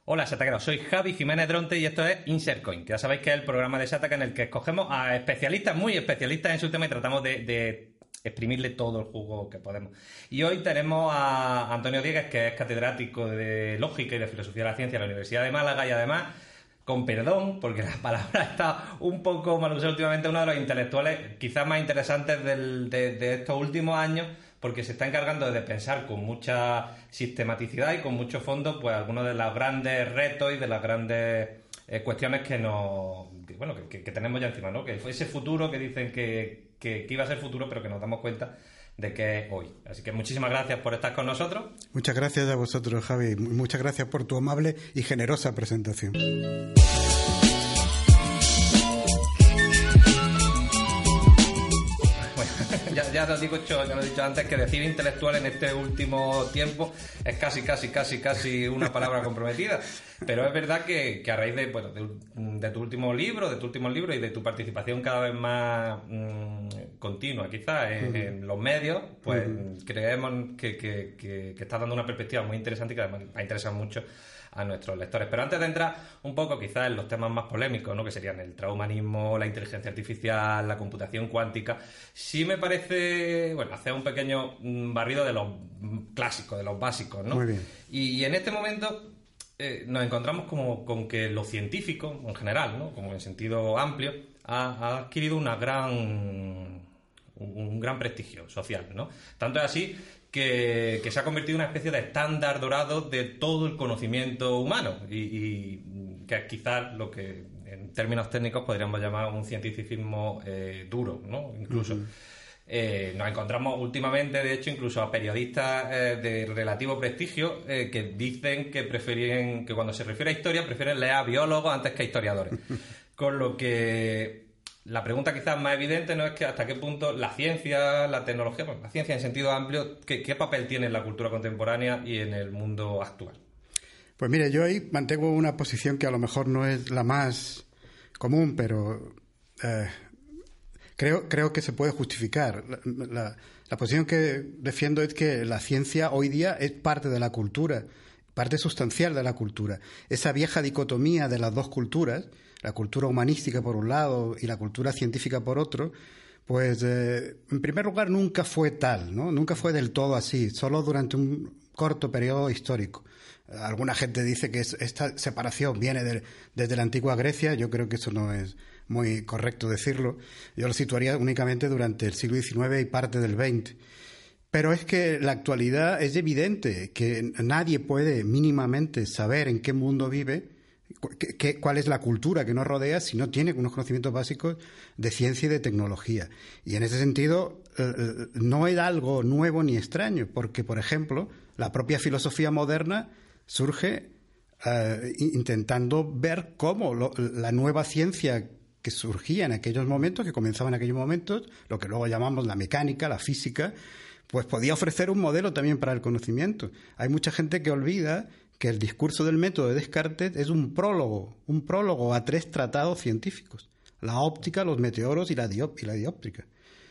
Hola Sataqueros, soy Javi Jiménez Dronte y esto es Insert Coin, que ya sabéis que es el programa de Sataka en el que escogemos a especialistas, muy especialistas en su tema y tratamos de exprimirle todo el jugo que podemos. Y hoy tenemos a Antonio Diegues, que es catedrático de Lógica y de Filosofía de la Ciencia en la Universidad de Málaga y además, con perdón, porque la palabra está un poco mal usada últimamente, uno de los intelectuales quizás más interesantes de estos últimos años, porque se está encargando de pensar con mucha sistematicidad y con mucho fondo pues algunos de los grandes retos y de las grandes cuestiones que tenemos ya encima, ¿no? Que fue ese futuro que dicen que iba a ser futuro, pero que nos damos cuenta de que es hoy. Así que muchísimas gracias por estar con nosotros. Muchas gracias a vosotros, Javi. Muchas gracias por tu amable y generosa presentación. Ya os he dicho antes que decir intelectual en este último tiempo es casi una palabra comprometida. Pero es verdad que a raíz de tu último libro, y de tu participación cada vez más continua, quizás, en los medios, pues creemos que estás dando una perspectiva muy interesante y que además va a interesar mucho a nuestros lectores. Pero antes de entrar un poco quizás en los temas más polémicos, ¿no? Que serían el transhumanismo, la inteligencia artificial, la computación cuántica, sí me parece, hacer un pequeño barrido de los clásicos, de los básicos, ¿no? Muy bien. Y en este momento nos encontramos como con que lo científico, en general, ¿no? Como en sentido amplio, ha adquirido un gran prestigio social, ¿no? Tanto es así que se ha convertido en una especie de estándar dorado de todo el conocimiento humano y que es quizás lo que en términos técnicos podríamos llamar un cientificismo duro, ¿no? Incluso nos encontramos últimamente, de hecho, incluso a periodistas de relativo prestigio que dicen que cuando se refiere a historia prefieren leer a biólogos antes que a historiadores. Con lo que la pregunta quizás más evidente no es que hasta qué punto la ciencia, la tecnología, la ciencia en sentido amplio, ¿qué papel tiene en la cultura contemporánea y en el mundo actual? Pues mire, yo ahí mantengo una posición que a lo mejor no es la más común, pero creo que se puede justificar. La posición que defiendo es que la ciencia hoy día es parte de la cultura, parte sustancial de la cultura. Esa vieja dicotomía de las dos culturas, la cultura humanística por un lado y la cultura científica por otro, pues en primer lugar nunca fue tal, ¿no? Nunca fue del todo así, solo durante un corto periodo histórico. Alguna gente dice que esta separación viene desde la antigua Grecia. Yo creo que eso no es muy correcto decirlo. Yo lo situaría únicamente durante el siglo XIX y parte del XX. Pero es que en la actualidad es evidente que nadie puede mínimamente saber en qué mundo vive, cuál es la cultura que nos rodea si no tiene unos conocimientos básicos de ciencia y de tecnología. Y en ese sentido no es algo nuevo ni extraño, porque, por ejemplo, la propia filosofía moderna surge intentando ver cómo la nueva ciencia que surgía en aquellos momentos, que comenzaba en aquellos momentos, lo que luego llamamos la mecánica, la física, pues podía ofrecer un modelo también para el conocimiento. Hay mucha gente que olvida que el discurso del método de Descartes es un prólogo a 3 tratados científicos: la óptica, los meteoros y la dióptrica.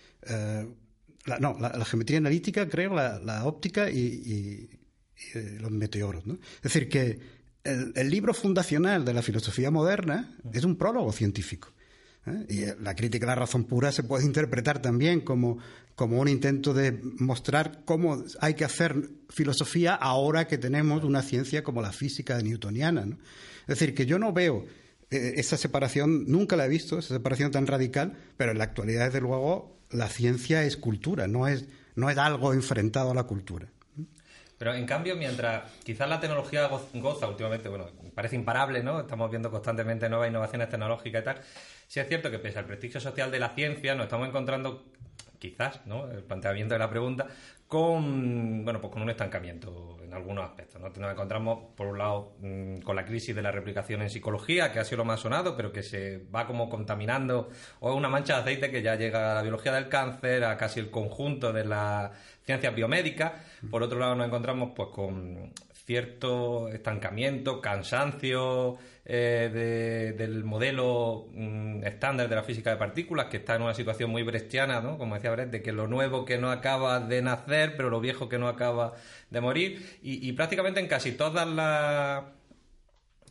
La geometría analítica, creo, la óptica y los meteoros, ¿no? Es decir, que el libro fundacional de la filosofía moderna es un prólogo científico. Y la crítica de la razón pura se puede interpretar también como un intento de mostrar cómo hay que hacer filosofía ahora que tenemos una ciencia como la física newtoniana, ¿no? Es decir, que yo no veo esa separación, nunca la he visto, esa separación tan radical, pero en la actualidad, desde luego, la ciencia es cultura, no es algo enfrentado a la cultura. Pero en cambio, mientras quizás la tecnología goza últimamente, parece imparable, ¿no? Estamos viendo constantemente nuevas innovaciones tecnológicas y tal. Sí es cierto que pese al prestigio social de la ciencia nos estamos encontrando, quizás, ¿no? El planteamiento de la pregunta, con un estancamiento en algunos aspectos, ¿no? Nos encontramos, por un lado, con la crisis de la replicación en psicología, que ha sido lo más sonado, pero que se va como contaminando, o una mancha de aceite que ya llega a la biología del cáncer, a casi el conjunto de las ciencias biomédicas. Por otro lado, nos encontramos pues con cierto estancamiento, cansancio del modelo estándar de la física de partículas, que está en una situación muy brechtiana, ¿no? Como decía Brecht, de que lo nuevo que no acaba de nacer, pero lo viejo que no acaba de morir, y prácticamente en casi todas las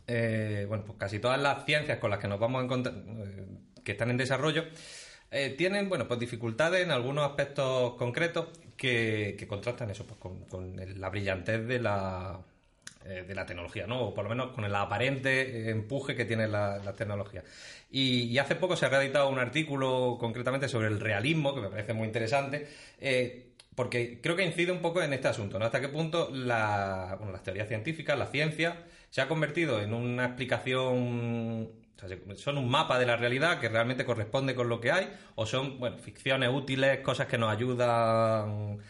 bueno, pues casi todas las ciencias con las que nos vamos a encontrar, que están en desarrollo, tienen, bueno, pues dificultades en algunos aspectos concretos que contrastan eso, pues con la brillantez de la tecnología, ¿no? O por lo menos con el aparente empuje que tiene la tecnología. Y hace poco se ha reeditado un artículo concretamente sobre el realismo, que me parece muy interesante, porque creo que incide un poco en este asunto, ¿no? Hasta qué punto las teorías científicas, la ciencia, se ha convertido en una explicación, o sea, son un mapa de la realidad que realmente corresponde con lo que hay, o son, bueno, ficciones útiles, cosas que nos ayudan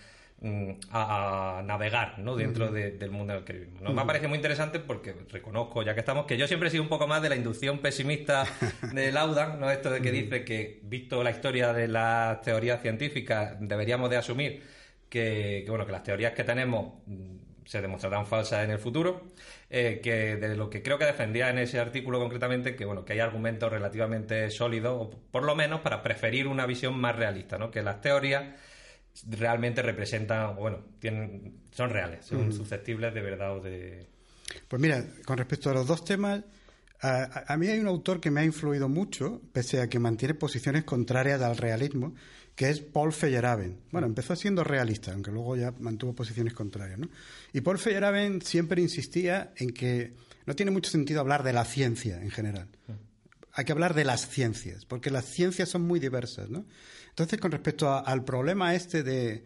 a navegar, ¿no? Dentro del mundo en el que vivimos, ¿no? Me parece muy interesante porque reconozco, ya que estamos, que yo siempre he sido un poco más de la inducción pesimista de Laudan, ¿no? Esto de que dice que, visto la historia de las teorías científicas, deberíamos de asumir que las teorías que tenemos se demostrarán falsas en el futuro, que de lo que creo que defendía en ese artículo concretamente, que hay argumentos relativamente sólidos, o por lo menos para preferir una visión más realista, ¿no? Que las teorías realmente representan, son reales, son susceptibles de verdad o de... Pues mira, con respecto a los dos temas, a mí hay un autor que me ha influido mucho, pese a que mantiene posiciones contrarias al realismo, que es Paul Feyerabend. Bueno, empezó siendo realista, aunque luego ya mantuvo posiciones contrarias, ¿no? Y Paul Feyerabend siempre insistía en que no tiene mucho sentido hablar de la ciencia en general. Hay que hablar de las ciencias, porque las ciencias son muy diversas, ¿no? Entonces, con respecto al problema de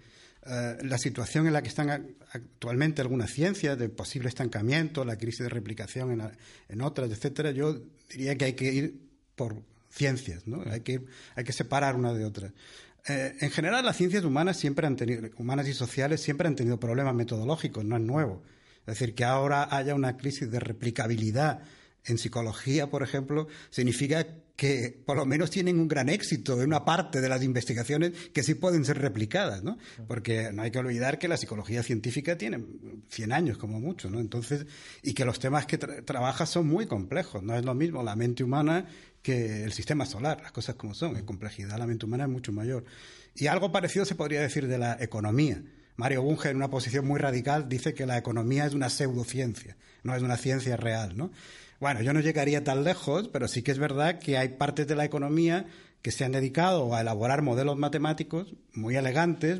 la situación en la que están actualmente algunas ciencias, de posible estancamiento, la crisis de replicación en otras, etcétera, yo diría que hay que ir por ciencias, ¿no? Hay que separar una de otras. En general, las ciencias humanas humanas y sociales siempre han tenido problemas metodológicos, no es nuevo. Es decir, que ahora haya una crisis de replicabilidad en psicología, por ejemplo, significa que por lo menos tienen un gran éxito en una parte de las investigaciones que sí pueden ser replicadas, ¿no? Porque no hay que olvidar que la psicología científica tiene 100 años como mucho, ¿no? Entonces, y que los temas que trabaja son muy complejos. No es lo mismo la mente humana que el sistema solar, las cosas como son. En complejidad la mente humana es mucho mayor. Y algo parecido se podría decir de la economía. Mario Bunge, en una posición muy radical, dice que la economía es una pseudociencia, no es una ciencia real, ¿no? Bueno, yo no llegaría tan lejos, pero sí que es verdad que hay partes de la economía que se han dedicado a elaborar modelos matemáticos muy elegantes,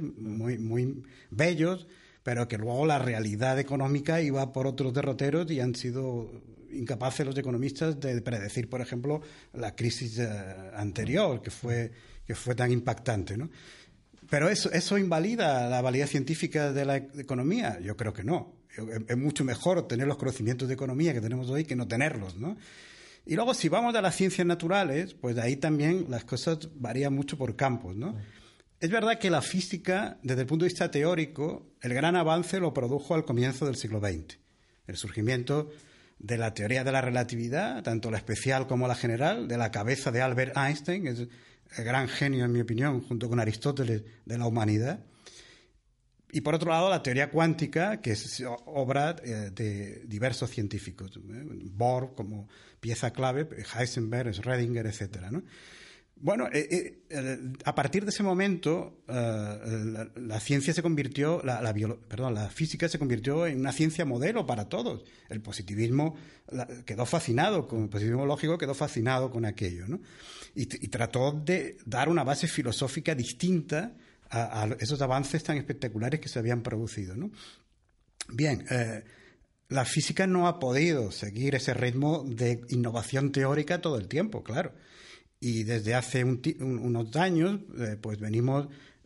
muy bellos, pero que luego la realidad económica iba por otros derroteros y han sido incapaces los economistas de predecir, por ejemplo, la crisis anterior, que fue tan impactante, ¿no? Pero ¿eso invalida la validez científica de la economía? Yo creo que no. Es mucho mejor tener los conocimientos de economía que tenemos hoy que no tenerlos, ¿no? Y luego, si vamos a las ciencias naturales, pues ahí también las cosas varían mucho por campos, ¿no? Es verdad que la física, desde el punto de vista teórico, el gran avance lo produjo al comienzo del siglo XX. El surgimiento de la teoría de la relatividad, tanto la especial como la general, de la cabeza de Albert Einstein, que es el gran genio, en mi opinión, junto con Aristóteles, de la humanidad. Y por otro lado, la teoría cuántica, que es obra de diversos científicos. Bohr como pieza clave, Heisenberg, Schrödinger, etcétera, ¿no? Bueno, a partir de ese momento, la ciencia se convirtió, la física se convirtió en una ciencia modelo para todos. El positivismo quedó fascinado con el positivismo lógico, quedó fascinado con aquello, ¿no? Y trató de dar una base filosófica distinta a esos avances tan espectaculares que se habían producido, ¿no? Bien, la física no ha podido seguir ese ritmo de innovación teórica todo el tiempo, claro. Y desde hace unos años, pues venimos,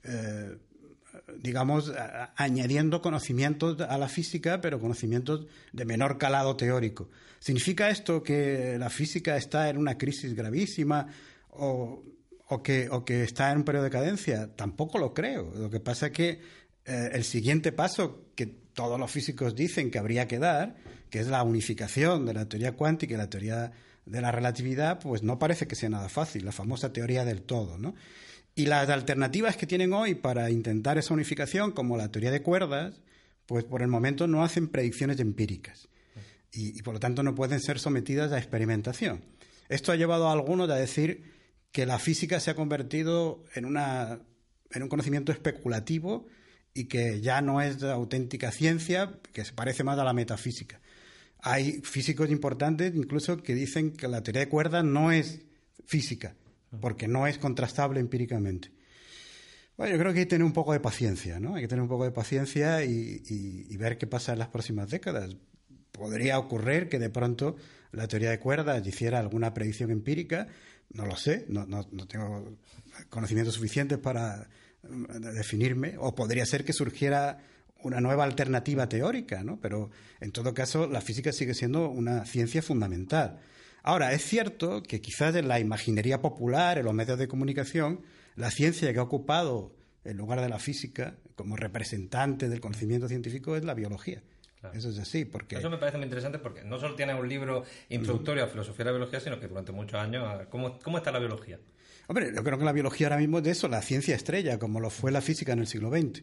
añadiendo conocimientos a la física, pero conocimientos de menor calado teórico. ¿Significa esto que la física está en una crisis gravísima o que está en un periodo de decadencia? Tampoco lo creo. Lo que pasa es que el siguiente paso que todos los físicos dicen que habría que dar, que es la unificación de la teoría cuántica y la teoría de la relatividad, pues no parece que sea nada fácil, la famosa teoría del todo, ¿no? Y las alternativas que tienen hoy para intentar esa unificación, como la teoría de cuerdas, pues por el momento no hacen predicciones empíricas y por lo tanto no pueden ser sometidas a experimentación. Esto ha llevado a algunos a decir que la física se ha convertido en un conocimiento especulativo y que ya no es auténtica ciencia, que se parece más a la metafísica. hay físicos importantes incluso que dicen que la teoría de cuerdas no es física, porque no es contrastable empíricamente. Bueno, yo creo que hay que tener un poco de paciencia, ¿no? Hay que tener un poco de paciencia y ver qué pasa en las próximas décadas. Podría ocurrir que de pronto la teoría de cuerdas hiciera alguna predicción empírica, no lo sé, no tengo conocimientos suficientes para definirme, o podría ser que surgiera una nueva alternativa teórica, ¿no? Pero en todo caso la física sigue siendo una ciencia fundamental. Ahora, es cierto que quizás en la imaginería popular, en los medios de comunicación, la ciencia que ha ocupado el lugar de la física como representante del conocimiento científico es la biología. Claro. Eso es así, porque... Eso me parece muy interesante porque no solo tiene un libro introductorio a filosofía de la biología, sino que durante muchos años... ¿Cómo está la biología? Hombre, yo creo que la biología ahora mismo es de eso, la ciencia estrella, como lo fue la física en el siglo XX.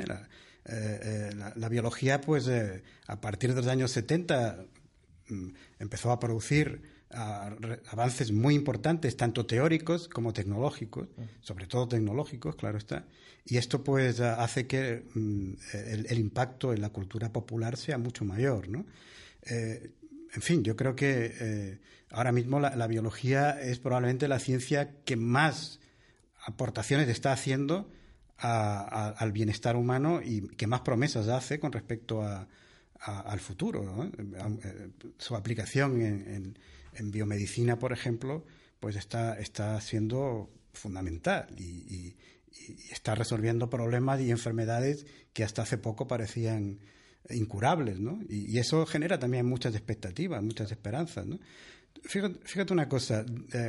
La biología, pues, a partir de los años 70 empezó a producir avances muy importantes, tanto teóricos como tecnológicos, sobre todo tecnológicos, claro está, y esto pues hace que el impacto en la cultura popular sea mucho mayor, ¿no? En fin, yo creo que ahora mismo la biología es probablemente la ciencia que más aportaciones está haciendo al bienestar humano y que más promesas hace con respecto al futuro, ¿no? Su aplicación en biomedicina, por ejemplo, pues está siendo fundamental y está resolviendo problemas y enfermedades que hasta hace poco parecían incurables, ¿no? Y eso genera también muchas expectativas, muchas esperanzas, ¿no? Fíjate una cosa,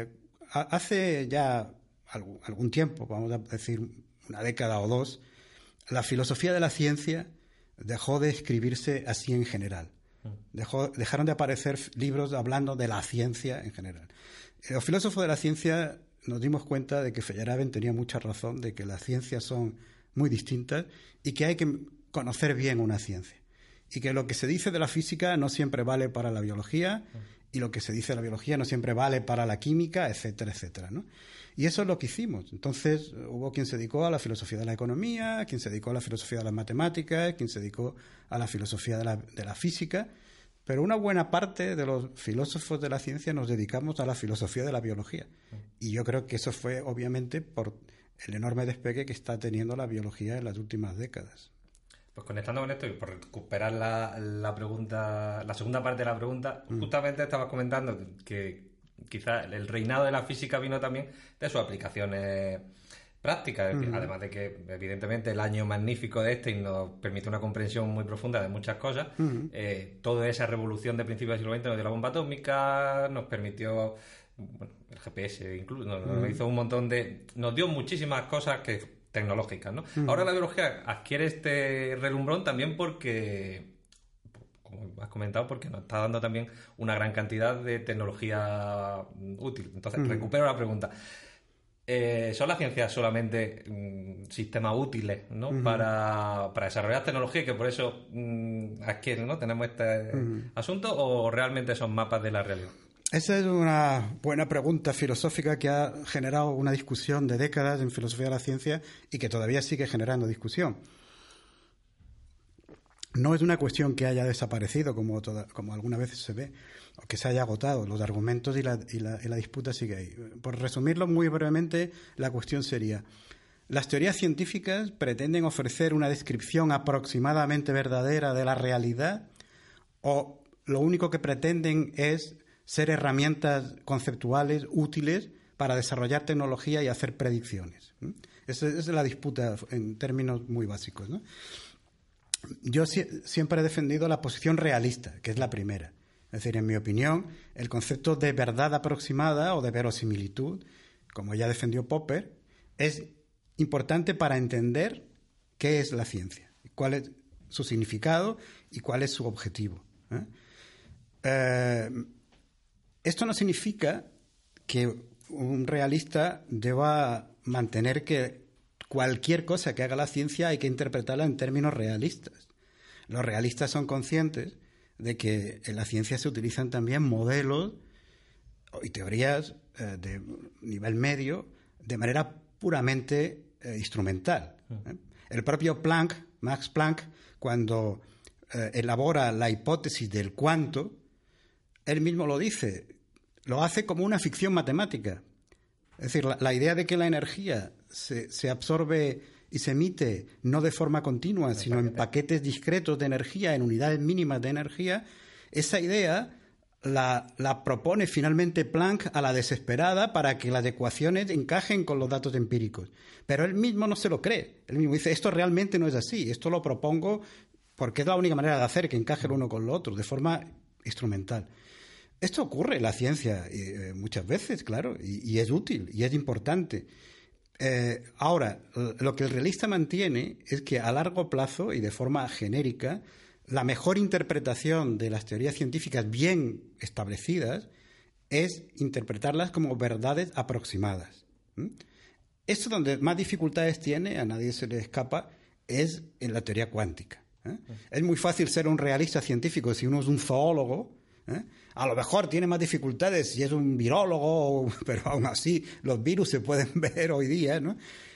hace ya algún tiempo, vamos a decir una década o dos, la filosofía de la ciencia dejó de escribirse así en general. Dejaron de aparecer libros hablando de la ciencia en general. Los filósofos de la ciencia nos dimos cuenta de que Feyerabend tenía mucha razón, de que las ciencias son muy distintas y que hay que conocer bien una ciencia. Y que lo que se dice de la física no siempre vale para la biología y lo que se dice de la biología no siempre vale para la química, etcétera, etcétera, ¿no? Y eso es lo que hicimos. Entonces hubo quien se dedicó a la filosofía de la economía, quien se dedicó a la filosofía de las matemáticas, quien se dedicó a la filosofía de la física, pero una buena parte de los filósofos de la ciencia nos dedicamos a la filosofía de la biología. Y yo creo que eso fue obviamente por el enorme despegue que está teniendo la biología en las últimas décadas. Pues conectando con esto y por recuperar la pregunta, la segunda parte de la pregunta, justamente estabas comentando que quizá el reinado de la física vino también de sus aplicaciones prácticas, además de que evidentemente el año magnífico de Einstein nos permite una comprensión muy profunda de muchas cosas. Toda esa revolución de principios del siglo XX nos dio la bomba atómica, nos permitió, bueno, el GPS incluso, nos hizo un montón nos dio muchísimas cosas tecnológicas, ¿no? Ahora la biología adquiere este relumbrón también porque, como has comentado, porque nos está dando también una gran cantidad de tecnología útil. Entonces, recupero la pregunta. ¿Son las ciencias solamente sistemas útiles, ¿no? para desarrollar tecnología y que por eso adquieren, ¿no? Tenemos este asunto, o realmente son mapas de la realidad? Esa es una buena pregunta filosófica que ha generado una discusión de décadas en filosofía de la ciencia y que todavía sigue generando discusión. No es una cuestión que haya desaparecido, como algunas veces se ve, o que se haya agotado. Los argumentos y la disputa sigue ahí. Por resumirlo muy brevemente, la cuestión sería: ¿las teorías científicas pretenden ofrecer una descripción aproximadamente verdadera de la realidad, o lo único que pretenden es ser herramientas conceptuales útiles para desarrollar tecnología y hacer predicciones? Esa es la disputa en términos muy básicos, ¿no? Yo siempre he defendido la posición realista, que es la primera. Es decir, en mi opinión, el concepto de verdad aproximada o de verosimilitud, como ya defendió Popper, es importante para entender qué es la ciencia, cuál es su significado y cuál es su objetivo. Esto no significa que un realista deba mantener que cualquier cosa que haga la ciencia hay que interpretarla en términos realistas. Los realistas son conscientes de que en la ciencia se utilizan también modelos y teorías de nivel medio de manera puramente instrumental. El propio Max Planck, cuando elabora la hipótesis del cuanto, él mismo lo dice, lo hace como una ficción matemática. Es decir, la idea de que la energía se absorbe y se emite no de forma continua, sino en paquetes discretos de energía, en unidades mínimas de energía, esa idea la propone finalmente Planck a la desesperada para que las ecuaciones encajen con los datos empíricos. Pero él mismo no se lo cree. Él mismo dice, esto realmente no es así, esto lo propongo porque es la única manera de hacer que encaje el uno con lo otro, de forma instrumental. Esto ocurre en la ciencia muchas veces, claro, y es útil, y es importante. Ahora, lo que el realista mantiene es que a largo plazo y de forma genérica, la mejor interpretación de las teorías científicas bien establecidas es interpretarlas como verdades aproximadas. Esto donde más dificultades tiene, a nadie se le escapa, es en la teoría cuántica. Es muy fácil ser un realista científico si uno es un zoólogo. A lo mejor tiene más dificultades si es un virólogo, pero aún así los virus se pueden ver hoy día, ¿no?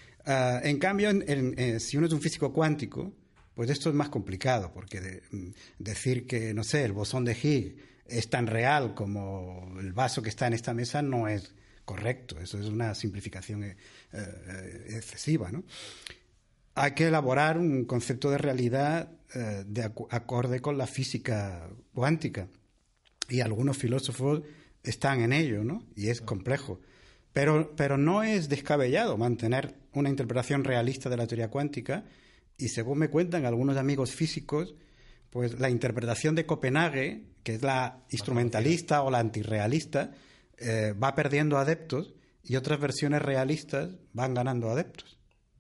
En cambio, si uno es un físico cuántico, pues esto es más complicado, porque decir que, no sé, el bosón de Higgs es tan real como el vaso que está en esta mesa no es correcto. Eso es una simplificación excesiva, ¿no? Hay que elaborar un concepto de realidad acorde con la física cuántica. Y algunos filósofos están en ello, ¿no? Y es complejo. Pero no es descabellado mantener una interpretación realista de la teoría cuántica. Y según me cuentan algunos amigos físicos, pues la interpretación de Copenhague, que es la instrumentalista o la antirrealista, va perdiendo adeptos y otras versiones realistas van ganando adeptos.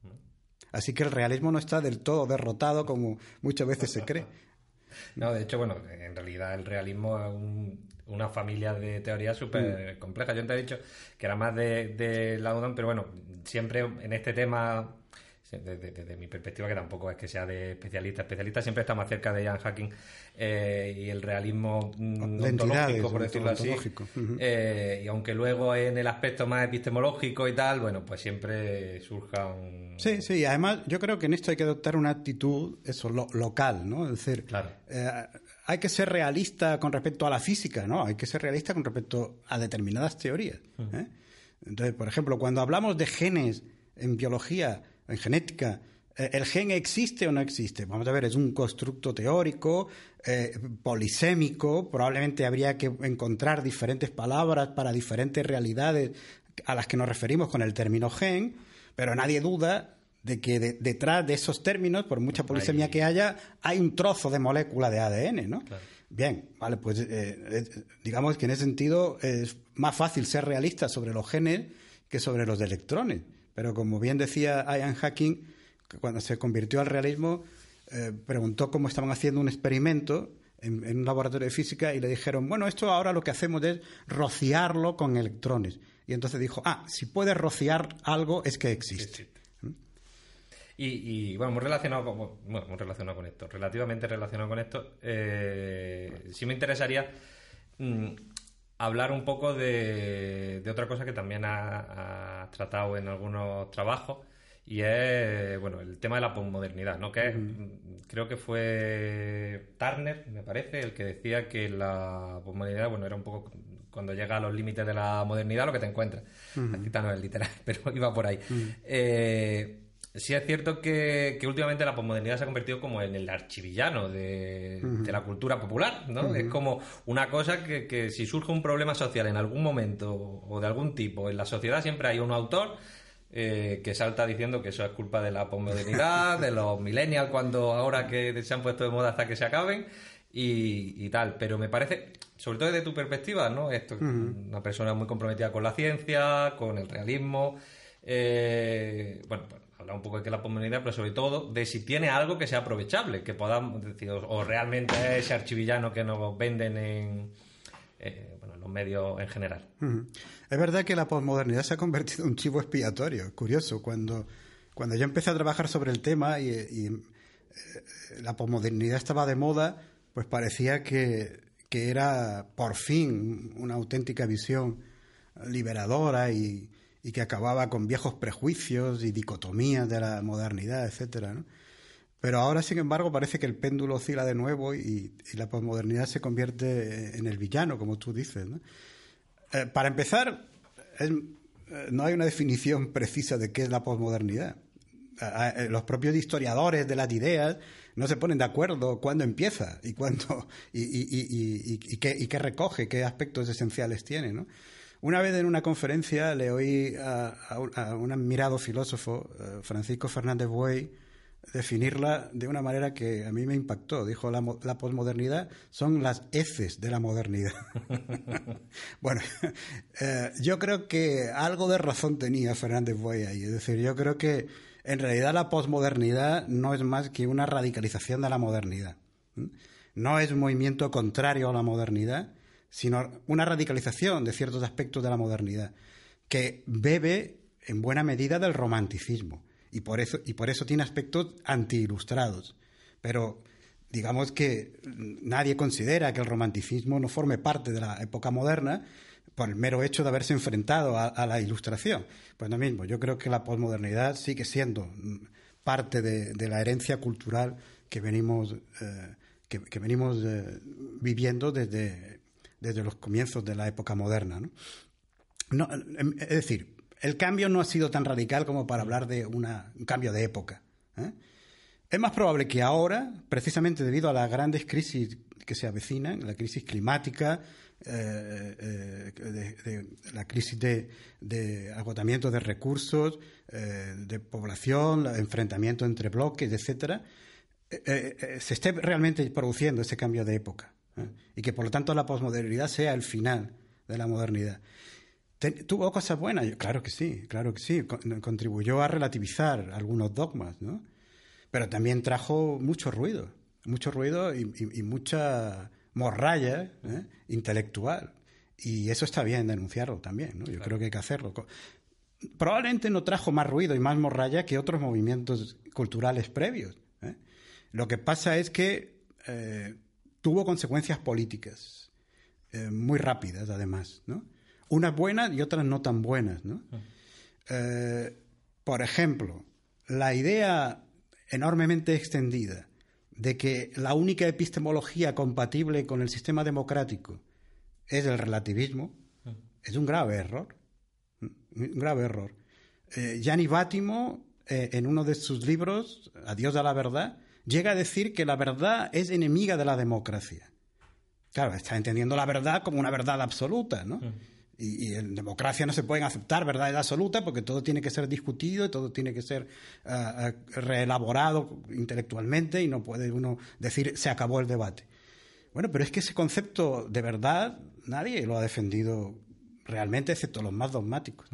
Así que el realismo no está del todo derrotado como muchas veces se cree. No, de hecho, bueno, en realidad el realismo es una familia de teorías súper complejas. Yo antes he dicho que era más de Laudon, pero bueno, siempre en este tema, desde mi perspectiva, que tampoco es que sea de especialista, siempre está más cerca de Ian Hacking y el realismo ontológico, por decirlo así. Y aunque luego en el aspecto más epistemológico y tal, bueno, pues siempre surjan... Sí, además yo creo que en esto hay que adoptar una actitud local, ¿no? Es decir, claro. Hay que ser realista con respecto a la física, ¿no? Hay que ser realista con respecto a determinadas teorías. Entonces, por ejemplo, cuando hablamos de genes en biología, en genética, ¿el gen existe o no existe? Vamos a ver, es un constructo teórico, polisémico, probablemente habría que encontrar diferentes palabras para diferentes realidades a las que nos referimos con el término gen, pero nadie duda de que detrás de esos términos, por mucha polisemia que haya, hay un trozo de molécula de ADN, ¿no? Claro. Bien, vale, pues digamos que en ese sentido es más fácil ser realista sobre los genes que sobre los electrones. Pero como bien decía Ian Hacking, cuando se convirtió al realismo, preguntó cómo estaban haciendo un experimento en un laboratorio de física y le dijeron, bueno, esto ahora lo que hacemos es rociarlo con electrones. Y entonces dijo, si puedes rociar algo es que existe. Y bueno, muy relacionado con esto, relativamente relacionado con esto, sí me interesaría hablar un poco de otra cosa que también has tratado en algunos trabajos, y es el tema de la posmodernidad, ¿no? Que creo que fue Turner, me parece, el que decía que la posmodernidad, era un poco cuando llega a los límites de la modernidad lo que te encuentras. La cita no es literal, pero iba por ahí. Sí es cierto que últimamente la posmodernidad se ha convertido como en el archivillano de la cultura popular, ¿no? Es como una cosa que si surge un problema social en algún momento o de algún tipo en la sociedad, siempre hay un autor que salta diciendo que eso es culpa de la posmodernidad, de los millennials, cuando ahora que se han puesto de moda hasta que se acaben y tal. Pero me parece, sobre todo desde tu perspectiva, ¿no? Esto, una persona muy comprometida con la ciencia, con el realismo, hablar un poco de qué es la posmodernidad, pero sobre todo de si tiene algo que sea aprovechable, que podamos decir, o realmente es ese archivillano que nos venden en los medios en general. Es verdad que la posmodernidad se ha convertido en un chivo expiatorio. Curioso, cuando yo empecé a trabajar sobre el tema y la posmodernidad estaba de moda, pues parecía que era por fin una auténtica visión liberadora y que acababa con viejos prejuicios y dicotomías de la modernidad, etcétera, ¿no? Pero ahora, sin embargo, parece que el péndulo oscila de nuevo y la posmodernidad se convierte en el villano, como tú dices, ¿no? Para empezar, no hay una definición precisa de qué es la posmodernidad. Los propios historiadores de las ideas no se ponen de acuerdo cuándo empieza y cuándo y qué recoge, qué aspectos esenciales tiene, ¿no? Una vez en una conferencia le oí a un admirado filósofo, Francisco Fernández Buey, definirla de una manera que a mí me impactó. Dijo, la posmodernidad son las heces de la modernidad. Bueno, yo creo que algo de razón tenía Fernández Buey ahí. Es decir, yo creo que en realidad la posmodernidad no es más que una radicalización de la modernidad. No es un movimiento contrario a la modernidad, sino una radicalización de ciertos aspectos de la modernidad que bebe en buena medida del romanticismo. Y por eso tiene aspectos anti-ilustrados. Pero digamos que nadie considera que el romanticismo no forme parte de la época moderna por el mero hecho de haberse enfrentado a la ilustración. Pues lo mismo, yo creo que la posmodernidad sigue siendo parte de la herencia cultural que venimos viviendo desde los comienzos de la época moderna, ¿no? Es decir, el cambio no ha sido tan radical como para hablar de un cambio de época, ¿eh? Es más probable que ahora, precisamente debido a las grandes crisis que se avecinan, la crisis climática, la crisis de agotamiento de recursos, de población, enfrentamiento entre bloques, etcétera, se esté realmente produciendo ese cambio de época, ¿eh? Y que por lo tanto la posmodernidad sea el final de la modernidad. ¿Tuvo cosas buenas? Claro que sí. Contribuyó a relativizar algunos dogmas, ¿no? Pero también trajo mucho ruido y mucha morralla, intelectual. Y eso está bien denunciarlo también, ¿no? Yo creo que hay que hacerlo. Probablemente no trajo más ruido y más morralla que otros movimientos culturales previos, ¿eh? Lo que pasa es que tuvo consecuencias políticas muy rápidas, además, ¿no? Unas buenas y otras no tan buenas, ¿no? Por ejemplo, la idea enormemente extendida de que la única epistemología compatible con el sistema democrático es el relativismo es un grave error. Un grave error. Gianni Vattimo, en uno de sus libros, Adiós a la verdad, llega a decir que la verdad es enemiga de la democracia. Claro, está entendiendo la verdad como una verdad absoluta, ¿no? Y en democracia no se pueden aceptar verdades absolutas porque todo tiene que ser discutido, todo tiene que ser reelaborado intelectualmente y no puede uno decir se acabó el debate. Bueno, pero es que ese concepto de verdad nadie lo ha defendido realmente, excepto los más dogmáticos.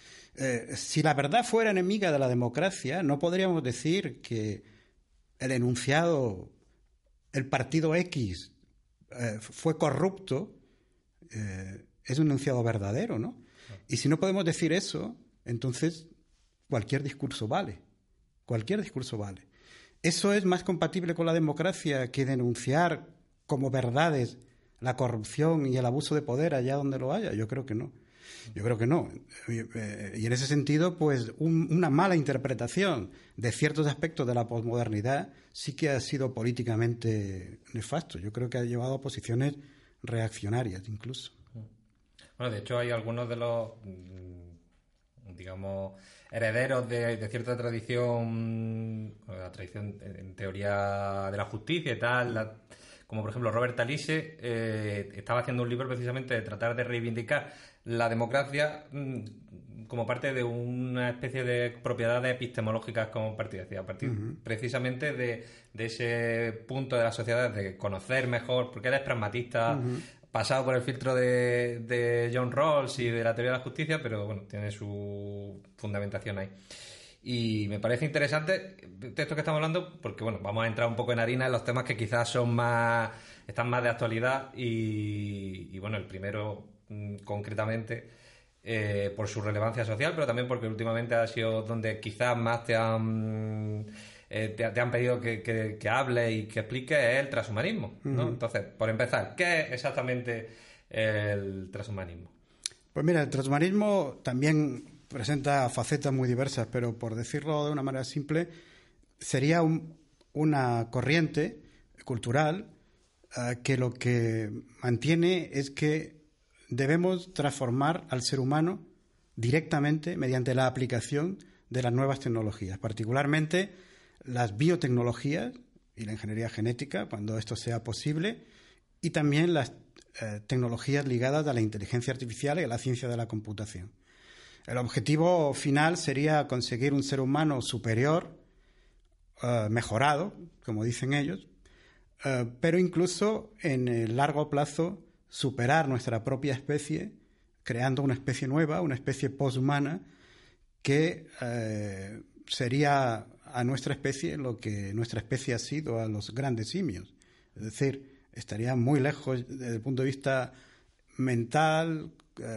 Si la verdad fuera enemiga de la democracia, no podríamos decir que el enunciado, el partido X fue corrupto, es un enunciado verdadero, ¿no? Y si no podemos decir eso, entonces cualquier discurso vale. Cualquier discurso vale. ¿Eso es más compatible con la democracia que denunciar como verdades la corrupción y el abuso de poder allá donde lo haya? Yo creo que no. Yo creo que no. Y en ese sentido, pues una mala interpretación de ciertos aspectos de la posmodernidad sí que ha sido políticamente nefasto. Yo creo que ha llevado a posiciones reaccionarias incluso. Bueno, de hecho hay algunos de los, digamos, herederos de cierta tradición, la tradición en teoría de la justicia y tal, como por ejemplo Robert Talisse, estaba haciendo un libro precisamente de tratar de reivindicar la democracia como parte de una especie de propiedades epistemológicas compartidas, a partir precisamente de ese punto de la sociedad de conocer mejor, porque él es pragmatista, pasado por el filtro de John Rawls y de la teoría de la justicia, pero bueno, tiene su fundamentación ahí. Y me parece interesante de esto que estamos hablando, porque bueno, vamos a entrar un poco en harina en los temas que quizás están más de actualidad y bueno, el primero concretamente por su relevancia social, pero también porque últimamente ha sido donde quizás más te han pedido que hable y que explique es el transhumanismo, ¿no? Entonces, por empezar, ¿qué es exactamente el transhumanismo? Pues mira, el transhumanismo también presenta facetas muy diversas, pero por decirlo de una manera simple, sería una corriente cultural que lo que mantiene es que debemos transformar al ser humano directamente mediante la aplicación de las nuevas tecnologías, particularmente las biotecnologías y la ingeniería genética, cuando esto sea posible, y también las tecnologías ligadas a la inteligencia artificial y a la ciencia de la computación. El objetivo final sería conseguir un ser humano superior, mejorado, como dicen ellos, pero incluso en el largo plazo superar nuestra propia especie, creando una especie nueva, una especie poshumana, que sería a nuestra especie lo que nuestra especie ha sido a los grandes simios. Es decir, estaría muy lejos desde el punto de vista mental,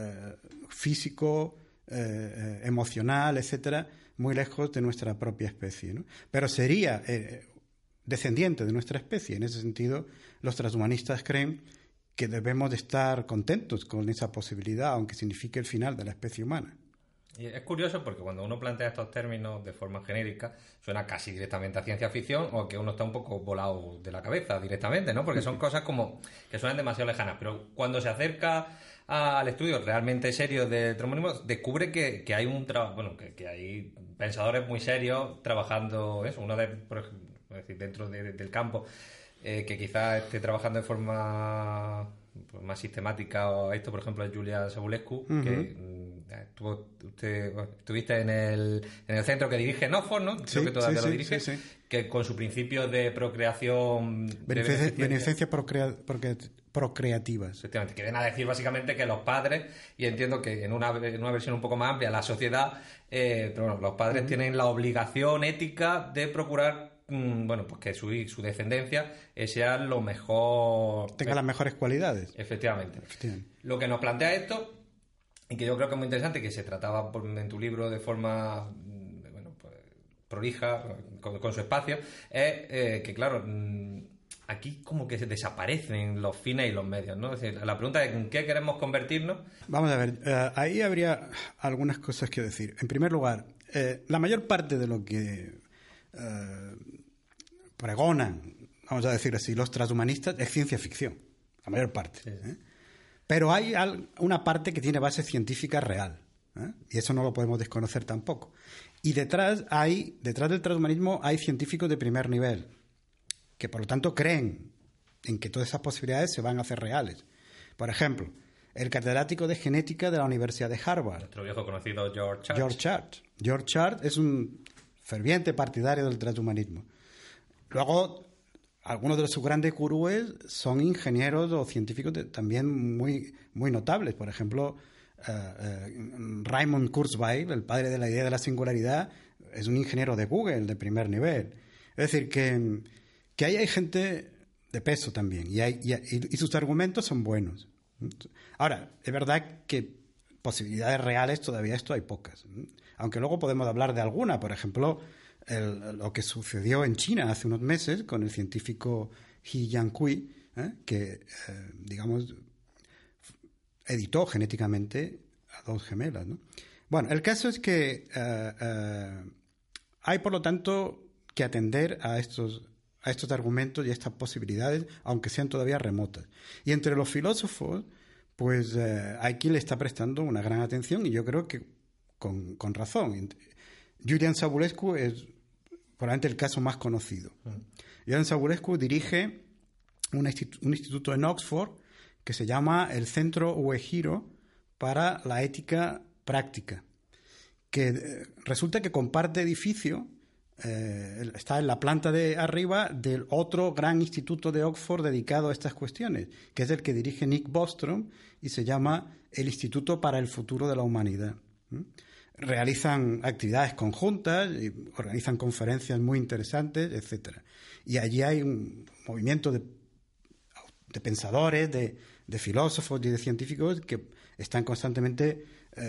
físico, emocional, etcétera, muy lejos de nuestra propia especie, ¿no? Pero sería descendiente de nuestra especie. En ese sentido, los transhumanistas creen que debemos de estar contentos con esa posibilidad, aunque signifique el final de la especie humana. Y es curioso porque cuando uno plantea estos términos de forma genérica, suena casi directamente a ciencia ficción o que uno está un poco volado de la cabeza directamente, ¿no? Porque son cosas como que suenan demasiado lejanas. Pero cuando se acerca al estudio realmente serio de transhumanismo, descubre que hay un trabajo, bueno, que hay pensadores muy serios trabajando eso. Uno es decir, dentro del campo, que quizás esté trabajando de forma más sistemática, o esto, por ejemplo, es Julian Savulescu, que estuviste en el centro que dirige Oxford, ¿no? Creo que todavía lo dirige, que con su principio de procreación... Beneficencia procreativas. Efectivamente, que vienen a decir básicamente que los padres, y entiendo que en una versión un poco más amplia, la sociedad, pero bueno, los padres tienen la obligación ética de procurar pues que su descendencia sea lo mejor... Tenga las mejores cualidades. Efectivamente. Lo que nos plantea esto, y que yo creo que es muy interesante, que se trataba en tu libro de forma prolija, con su espacio, es que, claro, aquí como que se desaparecen los fines y los medios, ¿no? Es decir, la pregunta es ¿en qué queremos convertirnos? Vamos a ver, ahí habría algunas cosas que decir. En primer lugar, la mayor parte de lo que pregonan, vamos a decir así, los transhumanistas es ciencia ficción, la mayor parte. Sí. Pero hay una parte que tiene base científica real, y eso no lo podemos desconocer tampoco. Y detrás del transhumanismo hay científicos de primer nivel, que por lo tanto creen en que todas esas posibilidades se van a hacer reales. Por ejemplo, el catedrático de genética de la Universidad de Harvard. Nuestro viejo conocido George Church. George Church es un ferviente partidario del transhumanismo. Luego, algunos de sus grandes gurúes son ingenieros o científicos también muy, muy notables. Por ejemplo, Raymond Kurzweil, el padre de la idea de la singularidad, es un ingeniero de Google de primer nivel. Es decir, que ahí hay gente de peso también y sus argumentos son buenos. Ahora, es verdad que posibilidades reales todavía hay pocas, aunque luego podemos hablar de alguna. Por ejemplo, lo que sucedió en China hace unos meses con el científico He Jiankui, que digamos editó genéticamente a dos gemelas, ¿no? Bueno, el caso es que hay por lo tanto que atender a estos argumentos y a estas posibilidades, aunque sean todavía remotas. Y entre los filósofos, pues hay quien le está prestando una gran atención, y yo creo que con razón. Julian Savulescu es probablemente el caso más conocido. Julian Savulescu dirige un instituto en Oxford que se llama el Centro Uehiro para la Ética Práctica, que resulta que comparte edificio, está en la planta de arriba del otro gran instituto de Oxford dedicado a estas cuestiones, que es el que dirige Nick Bostrom y se llama el Instituto para el Futuro de la Humanidad. Realizan actividades conjuntas, y organizan conferencias muy interesantes, etcétera. Y allí hay un movimiento de pensadores, de filósofos y de científicos que están constantemente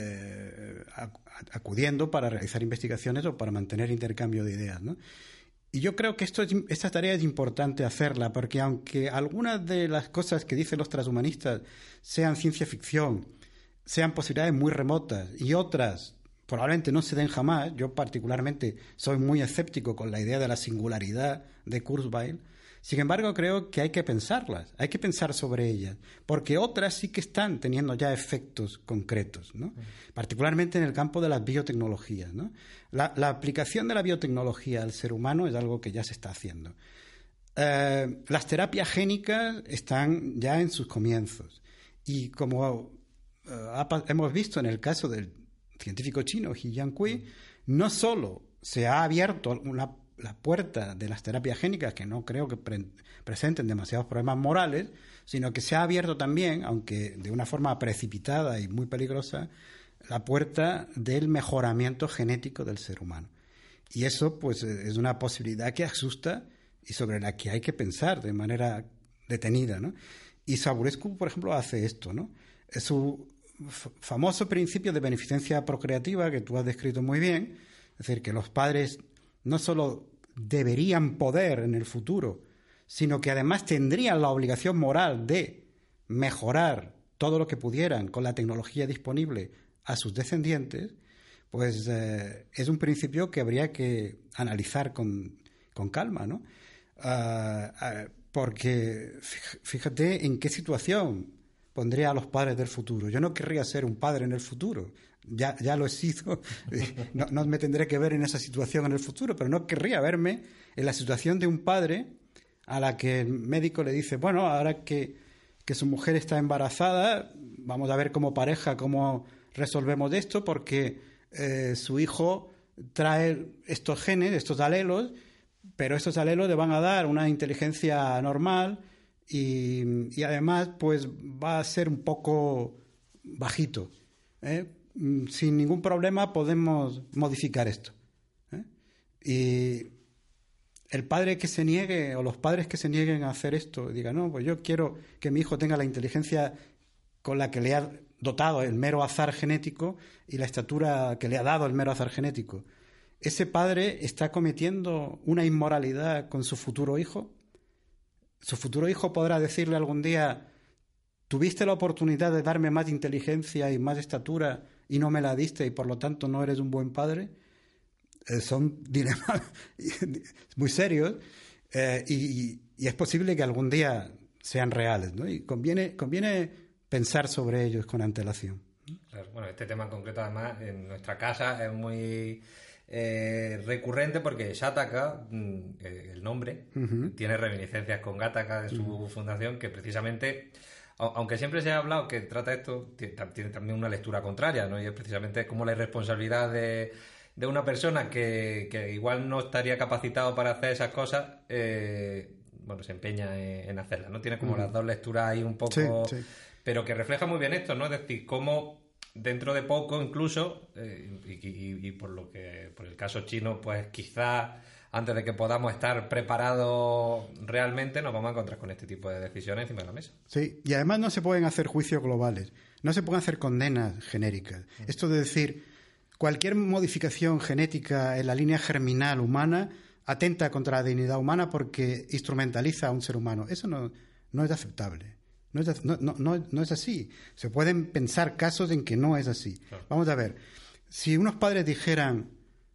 acudiendo para realizar investigaciones o para mantener intercambio de ideas, ¿no? Y yo creo que esta tarea es importante hacerla, porque aunque algunas de las cosas que dicen los transhumanistas sean ciencia ficción, sean posibilidades muy remotas, y otras probablemente no se den jamás. Yo particularmente soy muy escéptico con la idea de la singularidad de Kurzweil. Sin embargo, creo que hay que pensarlas, hay que pensar sobre ellas, porque otras sí que están teniendo ya efectos concretos, ¿no? Particularmente en el campo de las biotecnologías, ¿no? La aplicación de la biotecnología al ser humano es algo que ya se está haciendo. Las terapias génicas están ya en sus comienzos y como hemos visto en el caso del científico chino He Jiankui, no solo se ha abierto la puerta de las terapias génicas, que no creo que presenten demasiados problemas morales, sino que se ha abierto también, aunque de una forma precipitada y muy peligrosa, la puerta del mejoramiento genético del ser humano. Y eso pues es una posibilidad que asusta y sobre la que hay que pensar de manera detenida, ¿no? Y Saburescu, por ejemplo, hace esto, ¿no? Es su famoso principio de beneficencia procreativa que tú has descrito muy bien, es decir, que los padres no solo deberían poder en el futuro, sino que además tendrían la obligación moral de mejorar todo lo que pudieran con la tecnología disponible a sus descendientes, pues es un principio que habría que analizar con calma, ¿no? Porque fíjate en qué situación pondría a los padres del futuro. Yo no querría ser un padre en el futuro. Ya lo he sido, no me tendré que ver en esa situación en el futuro, pero no querría verme en la situación de un padre a la que el médico le dice, bueno, ahora que su mujer está embarazada, vamos a ver como pareja cómo resolvemos esto, porque su hijo trae estos genes, estos alelos, pero estos alelos le van a dar una inteligencia normal y además pues va a ser un poco bajito, ¿eh? Sin ningún problema podemos modificar esto, ¿eh? Y el padre que se niegue o los padres que se nieguen a hacer esto, digan, no, pues yo quiero que mi hijo tenga la inteligencia con la que le ha dotado el mero azar genético y la estatura que le ha dado el mero azar genético. Ese padre está cometiendo una inmoralidad con su futuro hijo. Su futuro hijo podrá decirle algún día, tuviste la oportunidad de darme más inteligencia y más estatura y no me la diste y por lo tanto no eres un buen padre. Son dilemas muy serios y es posible que algún día sean reales, ¿no? Y conviene pensar sobre ellos con antelación. Claro, bueno, este tema en concreto además en nuestra casa es muy recurrente porque Shataka, el nombre, tiene reminiscencias con Gattaca de su fundación, que precisamente, aunque siempre se ha hablado que trata esto, tiene también una lectura contraria, ¿no? Y es precisamente como la irresponsabilidad de una persona que igual no estaría capacitado para hacer esas cosas, bueno, se empeña en hacerlas, ¿no? Tiene como las dos lecturas ahí un poco... Sí. Pero que refleja muy bien esto, ¿no? Es decir, cómo dentro de poco incluso, y por el caso chino, pues quizás antes de que podamos estar preparados realmente, nos vamos a encontrar con este tipo de decisiones encima de la mesa. Sí, y además no se pueden hacer juicios globales, no se pueden hacer condenas genéricas. Esto de decir, cualquier modificación genética en la línea germinal humana atenta contra la dignidad humana porque instrumentaliza a un ser humano. Eso no es aceptable. No es así. Se pueden pensar casos en que no es así. Claro. Vamos a ver. Si unos padres dijeran,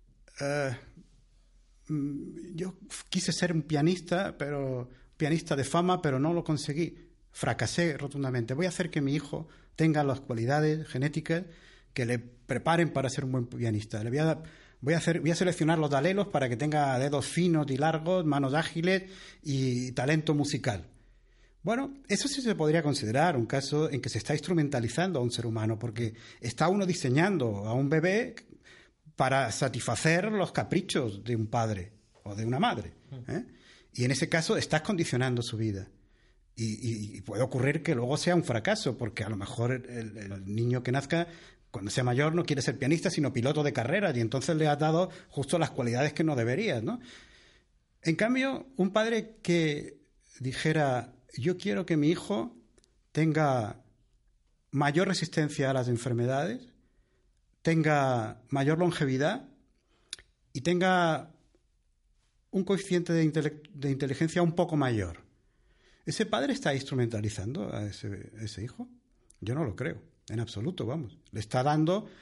yo quise ser un pianista de fama, pero no lo conseguí, fracasé rotundamente. Voy a hacer que mi hijo tenga las cualidades genéticas que le preparen para ser un buen pianista. Voy a seleccionar los alelos para que tenga dedos finos y largos, manos ágiles y talento musical. Bueno, eso sí se podría considerar un caso en que se está instrumentalizando a un ser humano, porque está uno diseñando a un bebé para satisfacer los caprichos de un padre o de una madre, ¿eh? Y en ese caso estás condicionando su vida. Y puede ocurrir que luego sea un fracaso, porque a lo mejor el niño que nazca, cuando sea mayor, no quiere ser pianista, sino piloto de carreras, y entonces le has dado justo las cualidades que no deberías, ¿no? En cambio, un padre que dijera, yo quiero que mi hijo tenga mayor resistencia a las enfermedades, tenga mayor longevidad y tenga un coeficiente de inteligencia un poco mayor. ¿Ese padre está instrumentalizando a ese hijo? Yo no lo creo, en absoluto, vamos. Le está dando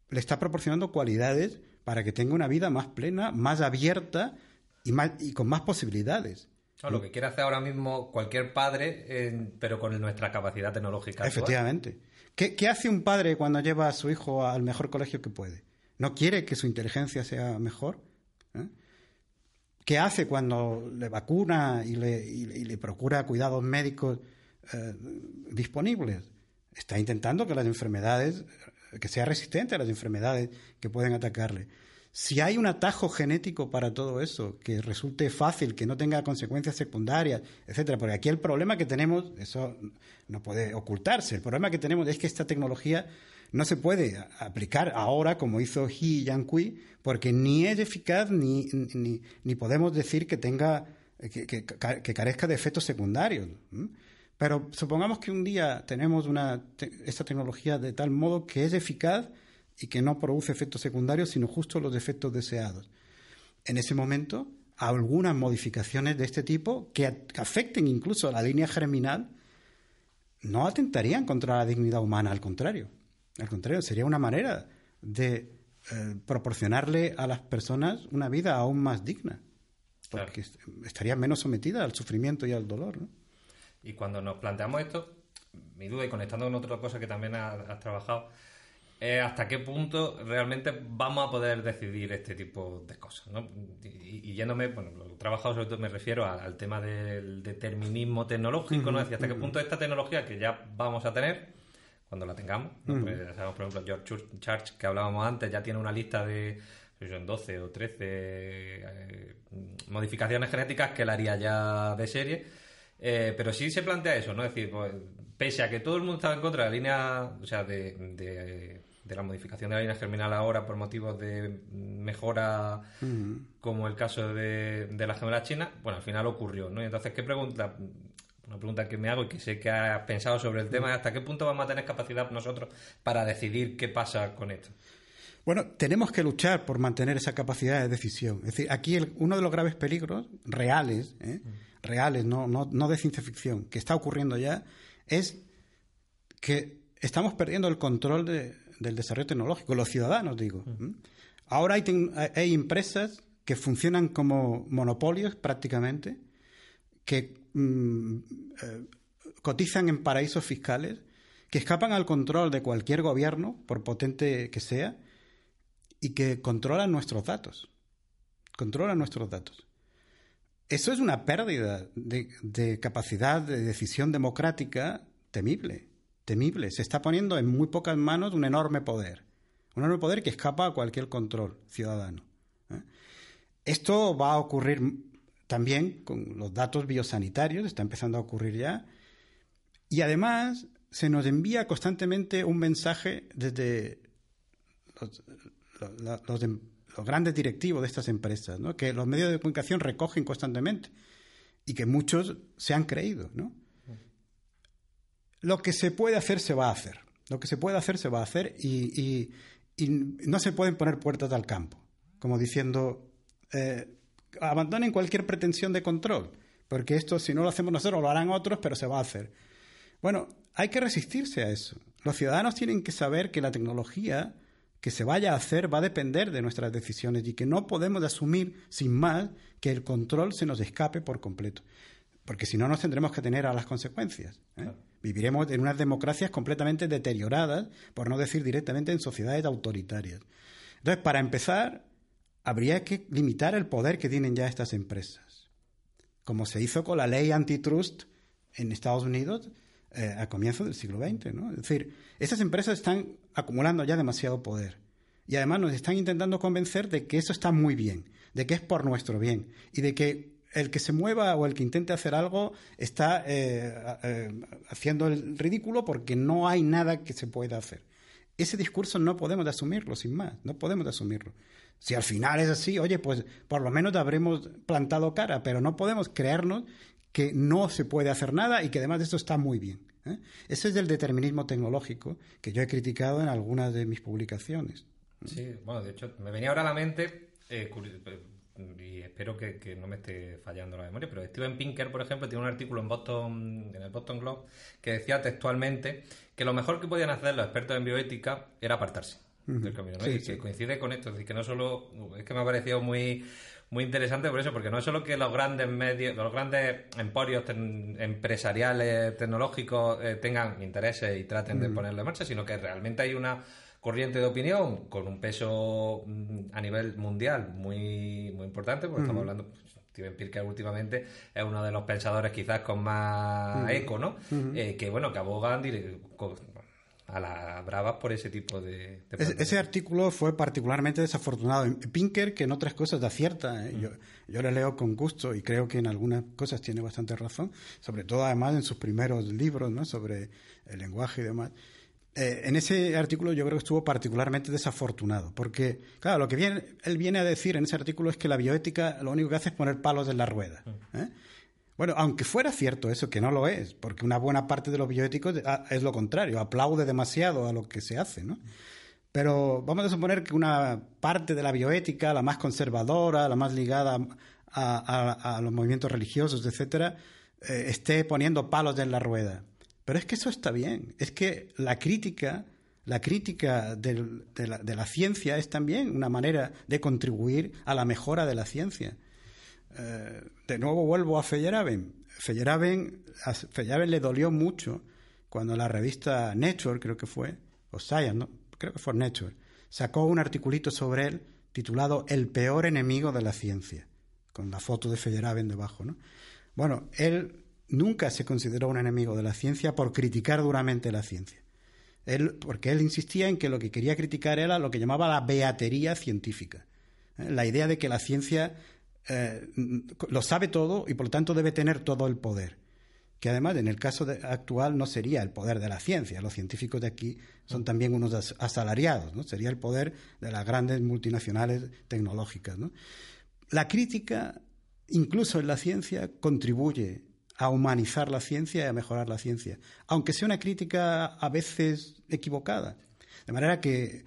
le está proporcionando cualidades para que tenga una vida más plena, más abierta y con más posibilidades. No, lo que quiere hacer ahora mismo cualquier padre, pero con nuestra capacidad tecnológica. Efectivamente. ¿Qué hace un padre cuando lleva a su hijo al mejor colegio que puede? ¿No quiere que su inteligencia sea mejor? ¿Eh? ¿Qué hace cuando le vacuna y le procura cuidados médicos disponibles? Está intentando que las enfermedades, que sea resistente a las enfermedades que pueden atacarle. Si hay un atajo genético para todo eso, que resulte fácil, que no tenga consecuencias secundarias, etcétera, porque aquí el problema que tenemos, eso no puede ocultarse, el problema que tenemos es que esta tecnología no se puede aplicar ahora como hizo He Jiankui, porque ni es eficaz ni podemos decir que tenga que carezca de efectos secundarios. Pero supongamos que un día tenemos esta tecnología de tal modo que es eficaz y que no produce efectos secundarios, sino justo los efectos deseados. En ese momento, algunas modificaciones de este tipo que afecten incluso a la línea germinal no atentarían contra la dignidad humana, al contrario. Al contrario, sería una manera de proporcionarle a las personas una vida aún más digna, porque estaría menos sometida al sufrimiento y al dolor, ¿no? Y cuando nos planteamos esto, mi duda, y conectando con otra cosa que también has trabajado, hasta qué punto realmente vamos a poder decidir este tipo de cosas, ¿no? Y yéndome, bueno, lo que he trabajado sobre todo me refiero al tema del determinismo tecnológico, ¿no? Es decir, hasta qué punto esta tecnología que ya vamos a tener, cuando la tengamos, ¿no? Pues ya sabemos, por ejemplo, George Church, que hablábamos antes, ya tiene una lista de 12 o 13 modificaciones genéticas que la haría ya de serie. Pero sí se plantea eso, ¿no? Es decir, pues, pese a que todo el mundo estaba en contra de la línea, o sea, de la modificación de la línea germinal ahora por motivos de mejora, como el caso de la gemela china, bueno, al final ocurrió, ¿no? Y entonces, una pregunta que me hago y que sé que has pensado sobre el tema es hasta qué punto vamos a tener capacidad nosotros para decidir qué pasa con esto. Bueno, tenemos que luchar por mantener esa capacidad de decisión. Es decir, aquí uno de los graves peligros reales, reales, no de ciencia ficción, que está ocurriendo ya, es que estamos perdiendo el control del desarrollo tecnológico, los ciudadanos, digo. Ahora hay empresas que funcionan como monopolios prácticamente, que cotizan en paraísos fiscales, que escapan al control de cualquier gobierno, por potente que sea, y que controlan nuestros datos. Eso es una pérdida de capacidad de decisión democrática temible. Se está poniendo en muy pocas manos un enorme poder que escapa a cualquier control ciudadano. Esto va a ocurrir también con los datos biosanitarios, está empezando a ocurrir ya, y además se nos envía constantemente un mensaje desde los grandes directivos de estas empresas, ¿no? Que los medios de comunicación recogen constantemente y que muchos se han creído, ¿no? Lo que se puede hacer se va a hacer. Y no se pueden poner puertas al campo, como diciendo abandonen cualquier pretensión de control, porque esto si no lo hacemos nosotros lo harán otros, pero se va a hacer. Bueno, hay que resistirse a eso. Los ciudadanos tienen que saber que la tecnología que se vaya a hacer va a depender de nuestras decisiones y que no podemos asumir sin más que el control se nos escape por completo, porque si no nos tendremos que tener a las consecuencias. Claro. Viviremos en unas democracias completamente deterioradas, por no decir directamente en sociedades autoritarias. Entonces, para empezar, habría que limitar el poder que tienen ya estas empresas, como se hizo con la ley antitrust en Estados Unidos a comienzos del siglo XX, ¿no? Es decir, estas empresas están acumulando ya demasiado poder y además nos están intentando convencer de que eso está muy bien, de que es por nuestro bien y de que el que se mueva o el que intente hacer algo está haciendo el ridículo porque no hay nada que se pueda hacer. Ese discurso no podemos asumirlo, sin más, no podemos asumirlo. Si al final es así, oye, pues por lo menos habremos plantado cara, pero no podemos creernos que no se puede hacer nada y que además esto está muy bien. Ese es el determinismo tecnológico que yo he criticado en algunas de mis publicaciones. Sí, bueno, de hecho, me venía ahora a la mente, y espero que no me esté fallando la memoria, pero Steven Pinker, por ejemplo, tiene un artículo en el Boston Globe que decía textualmente que lo mejor que podían hacer los expertos en bioética era apartarse. del camino, ¿no? Sí, y que coincide con esto, es decir, que no solo... Es que me ha parecido muy interesante por eso, porque no es solo que los grandes medios, los grandes emporios empresariales, tecnológicos tengan intereses y traten de ponerlo en marcha, sino que realmente hay una corriente de opinión con un peso a nivel mundial muy importante, porque estamos hablando... Steven Pinker últimamente es uno de los pensadores quizás con más eco, ¿no? Que abogan a las bravas por ese tipo de ese artículo fue particularmente desafortunado. Pinker, que en otras cosas acierta, yo le leo con gusto y creo que en algunas cosas tiene bastante razón, sobre todo además en sus primeros libros, ¿no? Sobre el lenguaje y demás. En ese artículo yo creo que estuvo particularmente desafortunado, porque, claro, lo que él viene a decir en ese artículo es que la bioética lo único que hace es poner palos en la rueda. Bueno, aunque fuera cierto eso, que no lo es, porque una buena parte de los bioéticos es lo contrario, aplaude demasiado a lo que se hace, ¿no? Pero vamos a suponer que una parte de la bioética, la más conservadora, la más ligada a los movimientos religiosos, etcétera, esté poniendo palos en la rueda. Pero es que eso está bien. Es que la crítica de la ciencia es también una manera de contribuir a la mejora de la ciencia. De nuevo vuelvo a Feyerabend. A Feyerabend le dolió mucho cuando la revista Nature, creo que fue, o Science, ¿no? Creo que fue Nature, sacó un articulito sobre él titulado El peor enemigo de la ciencia, con la foto de Feyerabend debajo, ¿no? Bueno, él nunca se consideró un enemigo de la ciencia por criticar duramente la ciencia. Porque él insistía en que lo que quería criticar era lo que llamaba la beatería científica. La idea de que la ciencia lo sabe todo y por lo tanto debe tener todo el poder. Que además en el caso actual no sería el poder de la ciencia. Los científicos de aquí son también unos asalariados, ¿no? Sería el poder de las grandes multinacionales tecnológicas, ¿no? La crítica, incluso en la ciencia, contribuye a humanizar la ciencia y a mejorar la ciencia, aunque sea una crítica a veces equivocada. De manera que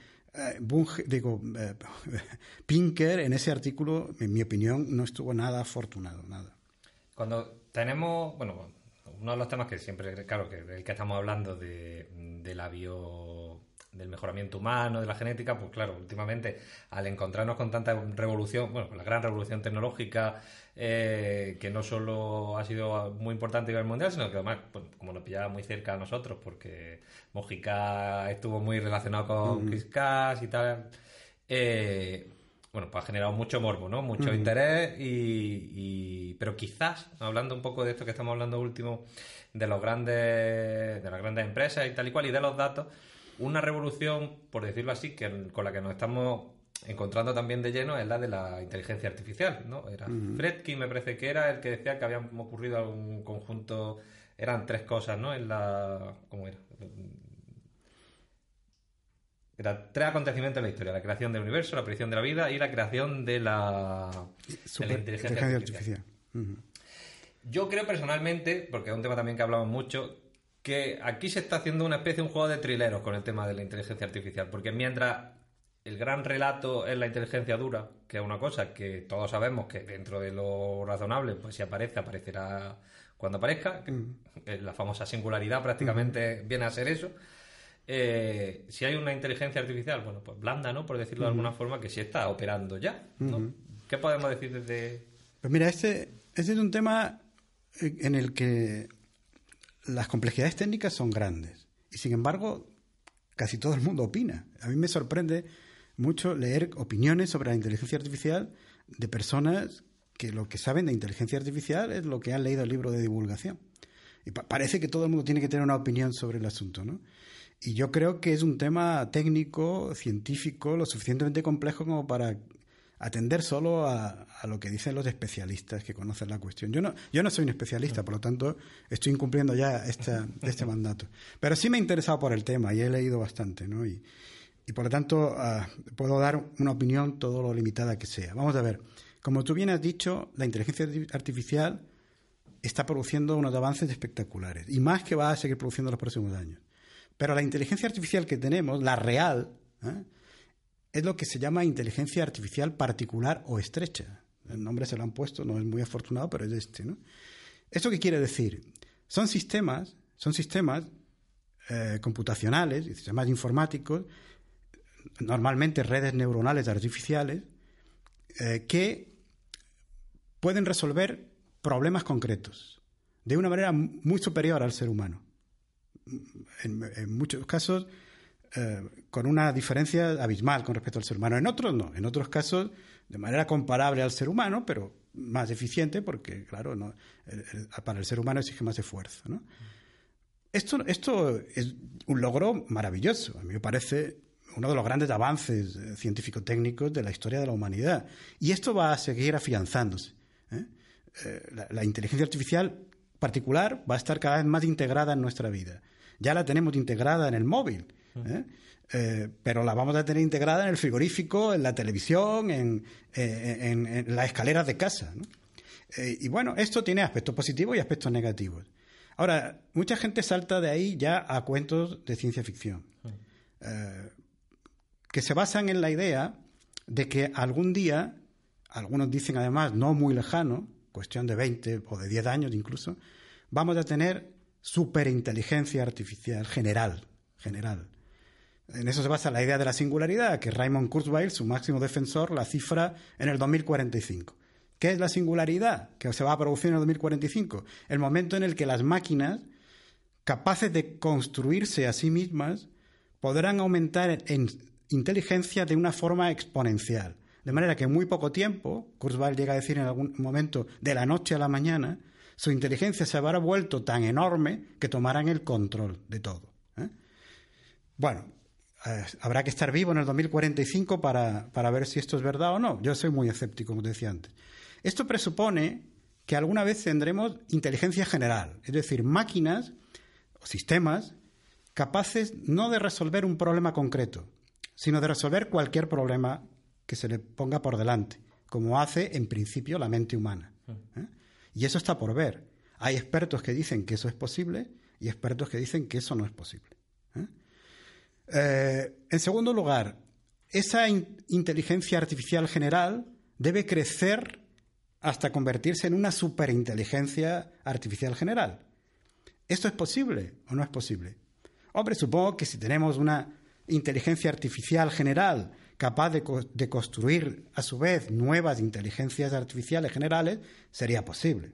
Pinker en ese artículo, en mi opinión, no estuvo nada afortunado, nada. Cuando tenemos, uno de los temas que siempre, claro, que del que estamos hablando de la del mejoramiento humano, de la genética, pues claro, últimamente al encontrarnos con tanta revolución, con la gran revolución tecnológica, que no solo ha sido muy importante a nivel mundial, sino que además, como nos pillaba muy cerca a nosotros, porque Mojica estuvo muy relacionado con CRISPR y tal, pues ha generado mucho morbo, ¿no? Mucho interés pero quizás, hablando un poco de esto que estamos hablando último, de las grandes empresas y tal y cual, y de los datos, una revolución, por decirlo así, con la que nos estamos encontrando también de lleno es la de la inteligencia artificial, ¿no? Era Fredkin, me parece que era el que decía que habían ocurrido algún conjunto, eran 3 cosas, ¿no? ¿Cómo era? Eran 3 acontecimientos en la historia: la creación del universo, la aparición de la vida y la creación de la inteligencia artificial. Yo creo personalmente, porque es un tema también que hablamos mucho, que aquí se está haciendo una especie de un juego de trileros con el tema de la inteligencia artificial, porque mientras el gran relato es la inteligencia dura, que es una cosa que todos sabemos que dentro de lo razonable, pues si aparecerá cuando aparezca, que la famosa singularidad prácticamente viene a ser eso. Si hay una inteligencia artificial, pues blanda, ¿no? Por decirlo de alguna forma, que sí está operando ya, ¿no? ¿Qué podemos decir desde...? Pues mira, este es un tema en el que las complejidades técnicas son grandes y sin embargo casi todo el mundo opina. A mí me sorprende mucho leer opiniones sobre la inteligencia artificial de personas que lo que saben de inteligencia artificial es lo que han leído el libro de divulgación. Y parece que todo el mundo tiene que tener una opinión sobre el asunto, ¿no? Y yo creo que es un tema técnico, científico, lo suficientemente complejo como para atender solo a lo que dicen los especialistas que conocen la cuestión. Yo no soy un especialista, por lo tanto estoy incumpliendo ya este mandato. Pero sí me he interesado por el tema y he leído bastante, ¿no? Y por lo tanto puedo dar una opinión todo lo limitada que sea. Vamos a ver, como tú bien has dicho, la inteligencia artificial está produciendo unos avances espectaculares y más que va a seguir produciendo en los próximos años. Pero la inteligencia artificial que tenemos, la real, es lo que se llama inteligencia artificial particular o estrecha. El nombre se lo han puesto, no es muy afortunado, pero es este, ¿no? ¿Esto qué quiere decir? Son sistemas computacionales, sistemas informáticos, normalmente redes neuronales artificiales, que pueden resolver problemas concretos de una manera muy superior al ser humano. En muchos casos, con una diferencia abismal con respecto al ser humano. En otros no. En otros casos, de manera comparable al ser humano, pero más eficiente porque, claro, para el ser humano exige más esfuerzo, ¿no? Esto es un logro maravilloso. A mí me parece uno de los grandes avances científico-técnicos de la historia de la humanidad. Y esto va a seguir afianzándose, ¿eh? La inteligencia artificial particular va a estar cada vez más integrada en nuestra vida. Ya la tenemos integrada en el móvil, pero la vamos a tener integrada en el frigorífico, en la televisión, en las escaleras de casa, ¿no? Y bueno, esto tiene aspectos positivos y aspectos negativos. Ahora, mucha gente salta de ahí ya a cuentos de ciencia ficción, que se basan en la idea de que algún día, algunos dicen además no muy lejano, cuestión de 20 o de 10 años incluso, vamos a tener superinteligencia artificial general. En eso se basa la idea de la singularidad, que Raymond Kurzweil, su máximo defensor, la cifra en el 2045. ¿Qué es la singularidad que se va a producir en el 2045? El momento en el que las máquinas, capaces de construirse a sí mismas, podrán aumentar en inteligencia de una forma exponencial. De manera que en muy poco tiempo, Kurzweil llega a decir en algún momento, de la noche a la mañana, su inteligencia se habrá vuelto tan enorme que tomarán el control de todo, ¿eh? Bueno, habrá que estar vivo en el 2045 para ver si esto es verdad o no. Yo soy muy escéptico, como te decía antes. Esto presupone que alguna vez tendremos inteligencia general, es decir, máquinas o sistemas capaces no de resolver un problema concreto, sino de resolver cualquier problema que se le ponga por delante, como hace en principio la mente humana, ¿eh? Y eso está por ver. Hay expertos que dicen que eso es posible y expertos que dicen que eso no es posible, ¿eh? En segundo lugar, esa inteligencia artificial general debe crecer hasta convertirse en una superinteligencia artificial general. ¿Esto es posible o no es posible? Hombre, supongo que si tenemos una inteligencia artificial general capaz de construir a su vez nuevas inteligencias artificiales generales, sería posible.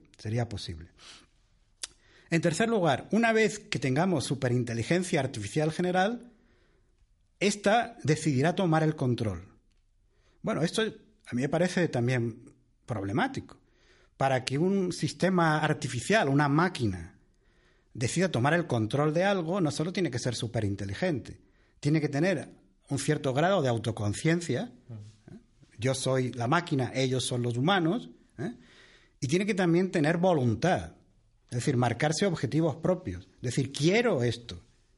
En tercer lugar, una vez que tengamos superinteligencia artificial general, esta decidirá tomar el control. Bueno, esto a mí me parece también problemático. Para que un sistema artificial, una máquina, decida tomar el control de algo, no solo tiene que ser superinteligente, tiene que tener un cierto grado de autoconciencia. Yo soy la máquina, ellos son los humanos, ¿eh? Y tiene que también tener voluntad, es decir, marcarse objetivos propios, es decir, quiero esto.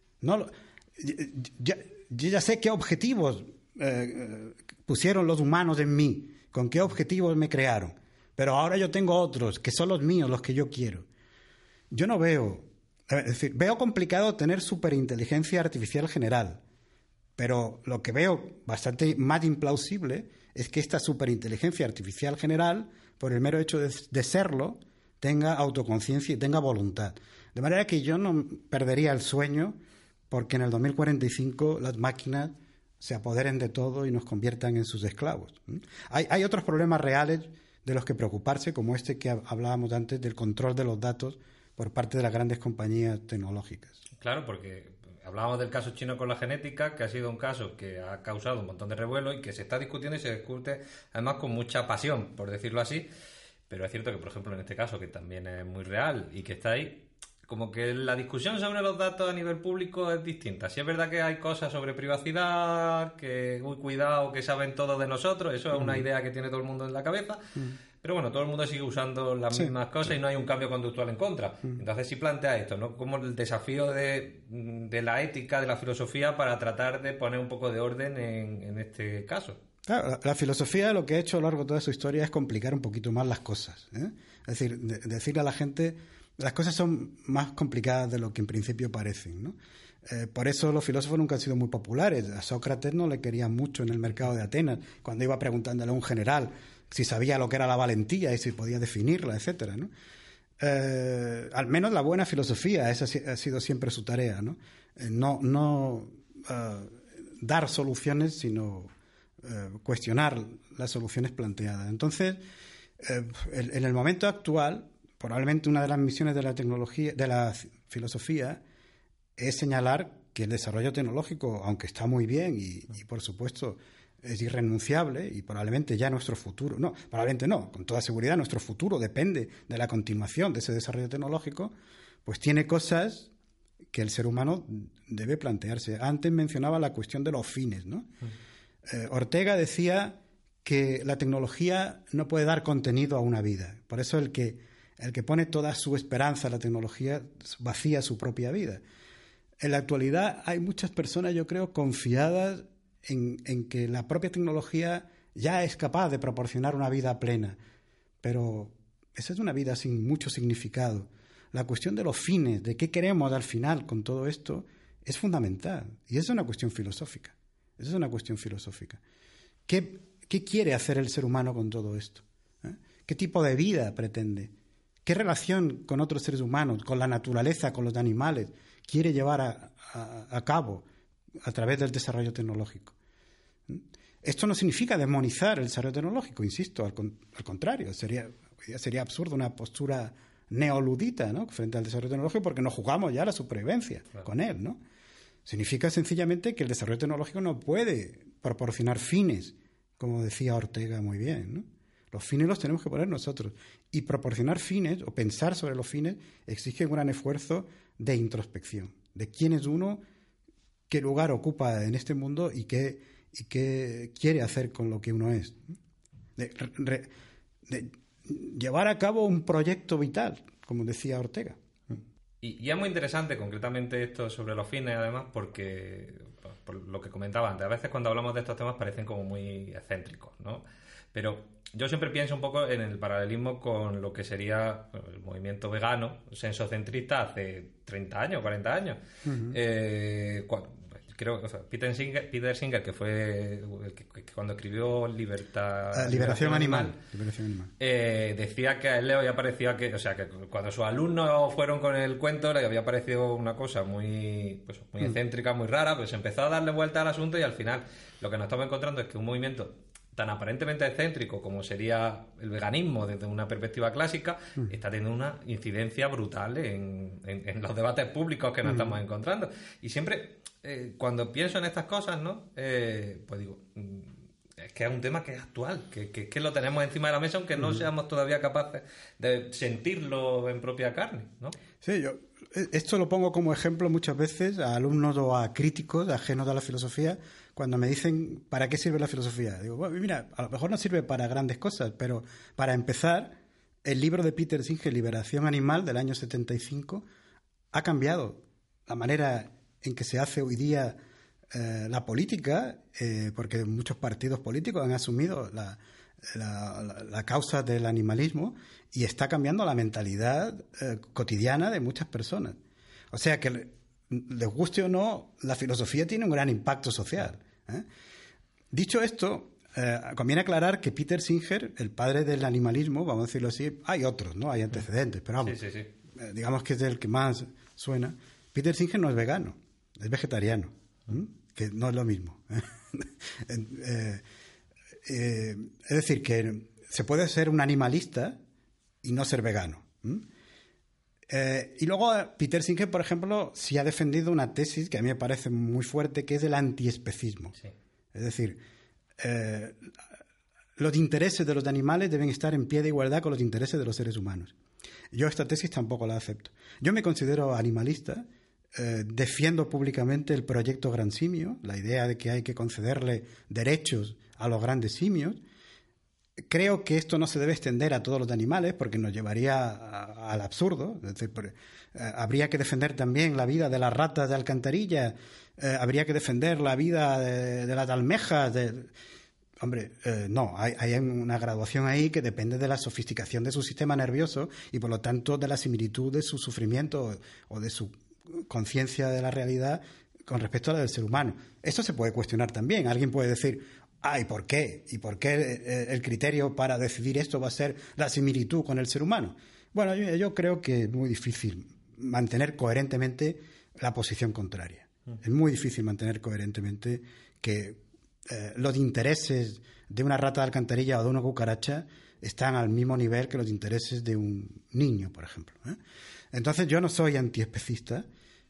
Yo ya sé qué objetivos pusieron los humanos en mí, con qué objetivos me crearon, pero ahora yo tengo otros que son los míos, los que yo quiero. Yo no veo, es decir, veo complicado tener superinteligencia artificial general, pero lo que veo bastante más implausible es que esta superinteligencia artificial general, por el mero hecho de serlo, tenga autoconciencia y tenga voluntad. De manera que yo no perdería el sueño porque en el 2045 las máquinas se apoderen de todo y nos conviertan en sus esclavos. Hay otros problemas reales de los que preocuparse, como este que hablábamos antes del control de los datos por parte de las grandes compañías tecnológicas. Claro, porque hablábamos del caso chino con la genética, que ha sido un caso que ha causado un montón de revuelo y que se está discutiendo y se discute además con mucha pasión, por decirlo así. Pero es cierto que, por ejemplo, en este caso, que también es muy real y que está ahí, como que la discusión sobre los datos a nivel público es distinta. Si es verdad que hay cosas sobre privacidad, que cuidado, que saben todo de nosotros, eso es una idea que tiene todo el mundo en la cabeza, pero bueno, todo el mundo sigue usando las mismas cosas y no hay un cambio conductual en contra. Entonces sí plantea esto, ¿no? Como el desafío de la ética, de la filosofía, para tratar de poner un poco de orden en este caso. Claro, la filosofía lo que ha hecho a lo largo de toda su historia es complicar un poquito más las cosas, ¿eh? Es decir, decirle a la gente, las cosas son más complicadas de lo que en principio parecen, ¿no? Por eso los filósofos nunca han sido muy populares. A Sócrates no le querían mucho en el mercado de Atenas, cuando iba preguntándole a un general si sabía lo que era la valentía y si podía definirla, etcétera, ¿no? Al menos la buena filosofía, esa ha sido siempre su tarea, ¿no? dar soluciones, sino cuestionar las soluciones planteadas. Entonces, en el momento actual, probablemente una de las misiones de la tecnología, de la filosofía, es señalar que el desarrollo tecnológico, aunque está muy bien y por supuesto es irrenunciable, y probablemente ya nuestro futuro, no, probablemente no, con toda seguridad nuestro futuro depende de la continuación de ese desarrollo tecnológico, pues tiene cosas que el ser humano debe plantearse. Antes mencionaba la cuestión de los fines, ¿no? Ortega decía que la tecnología no puede dar contenido a una vida. Por eso el que pone toda su esperanza en la tecnología vacía su propia vida. En la actualidad hay muchas personas, yo creo, confiadas en que la propia tecnología ya es capaz de proporcionar una vida plena. Pero esa es una vida sin mucho significado. La cuestión de los fines, de qué queremos al final con todo esto, es fundamental. Y es una cuestión filosófica. Esa es una cuestión filosófica. ¿Qué quiere hacer el ser humano con todo esto? ¿Qué tipo de vida pretende? ¿Qué relación con otros seres humanos, con la naturaleza, con los animales, quiere llevar a cabo a través del desarrollo tecnológico? Esto no significa demonizar el desarrollo tecnológico, insisto, al contrario. Sería absurdo una postura neoludita, ¿no?, frente al desarrollo tecnológico, porque nos jugamos ya la supervivencia con él, ¿no? Significa sencillamente que el desarrollo tecnológico no puede proporcionar fines, como decía Ortega muy bien, ¿no? Los fines los tenemos que poner nosotros. Y proporcionar fines o pensar sobre los fines exige un gran esfuerzo de introspección, de quién es uno, qué lugar ocupa en este mundo y qué quiere hacer con lo que uno es. De llevar a cabo un proyecto vital, como decía Ortega. Y es muy interesante concretamente esto sobre los fines, además, porque, por lo que comentaba antes, a veces cuando hablamos de estos temas parecen como muy excéntricos, ¿no? Pero yo siempre pienso un poco en el paralelismo con lo que sería el movimiento vegano, sensocentrista, hace 30 años, 40 años. Creo que Peter Singer, que fue el que cuando escribió Liberación Animal, decía que a él le había parecido que cuando sus alumnos fueron con el cuento le había parecido una cosa muy excéntrica, muy rara, pues empezó a darle vuelta al asunto y al final lo que nos estamos encontrando es que un movimiento tan aparentemente excéntrico como sería el veganismo desde una perspectiva clásica, está teniendo una incidencia brutal en los debates públicos que nos estamos encontrando. Y siempre, cuando pienso en estas cosas, ¿no? Pues digo, es que es un tema que es actual, que lo tenemos encima de la mesa, aunque no seamos todavía capaces de sentirlo en propia carne, ¿no? Sí, yo esto lo pongo como ejemplo muchas veces a alumnos o a críticos ajenos a la filosofía, cuando me dicen ¿para qué sirve la filosofía? Digo, bueno, mira, a lo mejor no sirve para grandes cosas, pero para empezar, el libro de Peter Singer, Liberación Animal, del año 75, ha cambiado la manera en que se hace hoy día la política, porque muchos partidos políticos han asumido la causa del animalismo y está cambiando la mentalidad cotidiana de muchas personas. O sea que, les guste o no, la filosofía tiene un gran impacto social. Dicho esto, conviene aclarar que Peter Singer, el padre del animalismo, vamos a decirlo así, hay otros, ¿no? Hay antecedentes, pero vamos, sí. Digamos que es el que más suena. Peter Singer no es vegano, es vegetariano, que no es lo mismo. Es decir, que se puede ser un animalista y no ser vegano. Y luego Peter Singer, por ejemplo, sí ha defendido una tesis que a mí me parece muy fuerte, que es el antiespecismo. Sí. Es decir, los intereses de los animales deben estar en pie de igualdad con los intereses de los seres humanos. Yo esta tesis tampoco la acepto. Yo me considero animalista, defiendo públicamente el proyecto Gran Simio, la idea de que hay que concederle derechos a los grandes simios. Creo que esto no se debe extender a todos los animales porque nos llevaría al absurdo. Es decir, habría que defender también la vida de las ratas de alcantarilla, habría que defender la vida de las almejas. No, hay una graduación ahí que depende de la sofisticación de su sistema nervioso y por lo tanto de la similitud de su sufrimiento o de su conciencia de la realidad con respecto a la del ser humano. Esto se puede cuestionar también. Alguien puede decir, ¿y por qué? ¿Y por qué el criterio para decidir esto va a ser la similitud con el ser humano? Bueno, yo creo que es muy difícil mantener coherentemente la posición contraria. Es muy difícil mantener coherentemente que los intereses de una rata de alcantarilla o de una cucaracha están al mismo nivel que los intereses de un niño, por ejemplo. Entonces, yo no soy antiespecista.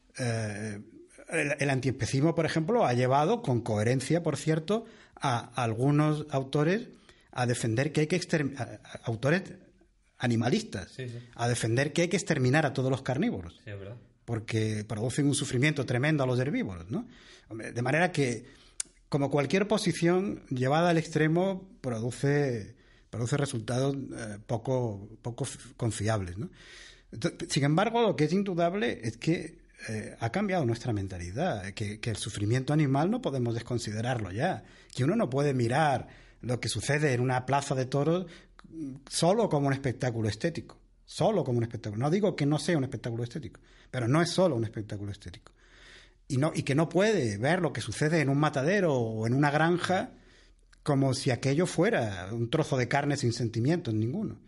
El antiespecismo, por ejemplo, ha llevado, con coherencia, por cierto, a algunos autores a defender que hay que autores animalistas, sí. A defender que hay que exterminar a todos los carnívoros. Sí, es verdad. Porque producen un sufrimiento tremendo a los herbívoros, ¿no? De manera que, como cualquier posición llevada al extremo, produce resultados poco confiables, ¿no? Entonces, sin embargo, lo que es indudable es que ha cambiado nuestra mentalidad, que el sufrimiento animal no podemos desconsiderarlo ya, que uno no puede mirar lo que sucede en una plaza de toros solo como un espectáculo estético, solo como un espectáculo. No digo que no sea un espectáculo estético, pero no es solo un espectáculo estético. Y que no puede ver lo que sucede en un matadero o en una granja como si aquello fuera un trozo de carne sin sentimientos ninguno.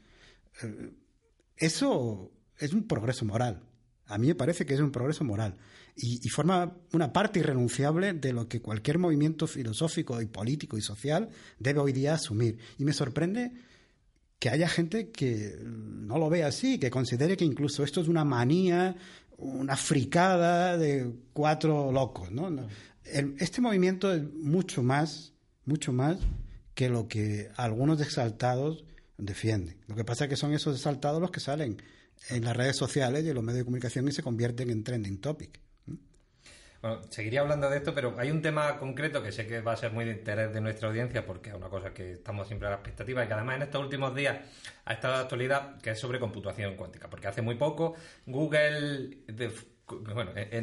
Eso es un progreso moral. A mí me parece que es un progreso moral y forma una parte irrenunciable de lo que cualquier movimiento filosófico y político y social debe hoy día asumir. Y me sorprende que haya gente que no lo vea así, que considere que incluso esto es una manía, una fricada de 4 locos, ¿no? Este movimiento es mucho más que lo que algunos exaltados defienden. Lo que pasa es que son esos exaltados los que salen en las redes sociales y en los medios de comunicación y se convierten en trending topic. Bueno, seguiría hablando de esto, pero hay un tema concreto que sé que va a ser muy de interés de nuestra audiencia porque es una cosa que estamos siempre a la expectativa y que además en estos últimos días ha estado de actualidad, que es sobre computación cuántica, porque hace muy poco Google, en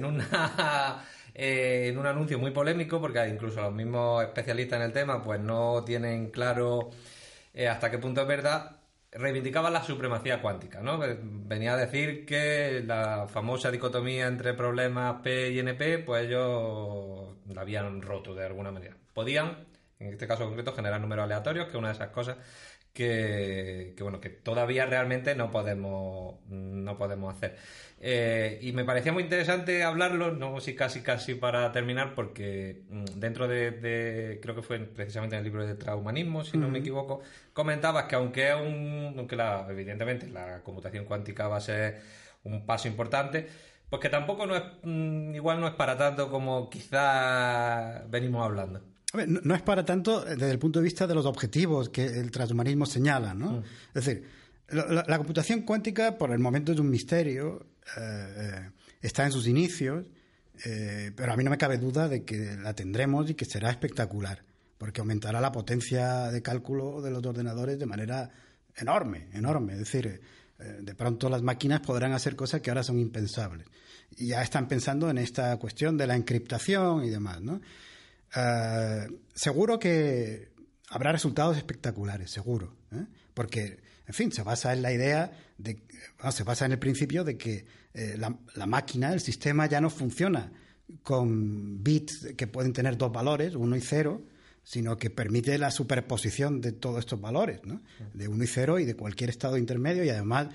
un anuncio muy polémico, porque incluso los mismos especialistas en el tema pues no tienen claro hasta qué punto es verdad, reivindicaban la supremacía cuántica, ¿no? Venía a decir que la famosa dicotomía entre problemas P y NP, pues ellos la habían roto de alguna manera. Podían, en este caso concreto, generar números aleatorios, que es una de esas cosas que todavía realmente no podemos hacer. Y me parecía muy interesante hablarlo, no sé, casi para terminar, porque dentro de creo que fue precisamente en el libro de Transhumanismo, si no me equivoco, comentabas que aunque evidentemente la computación cuántica va a ser un paso importante, pues que tampoco igual no es para tanto como quizá venimos hablando. A ver, no es para tanto desde el punto de vista de los objetivos que el transhumanismo señala, ¿no? Es decir, la computación cuántica por el momento es un misterio, está en sus inicios, pero a mí no me cabe duda de que la tendremos y que será espectacular, porque aumentará la potencia de cálculo de los ordenadores de manera enorme. Es decir, de pronto las máquinas podrán hacer cosas que ahora son impensables. Y ya están pensando en esta cuestión de la encriptación y demás, ¿no? Seguro que habrá resultados espectaculares, seguro, porque, en fin, se basa en la idea se basa en el principio de que la máquina, el sistema ya no funciona con bits que pueden tener 2 valores, 1 y 0, sino que permite la superposición de todos estos valores, ¿no? De 1 y 0 y de cualquier estado intermedio, y además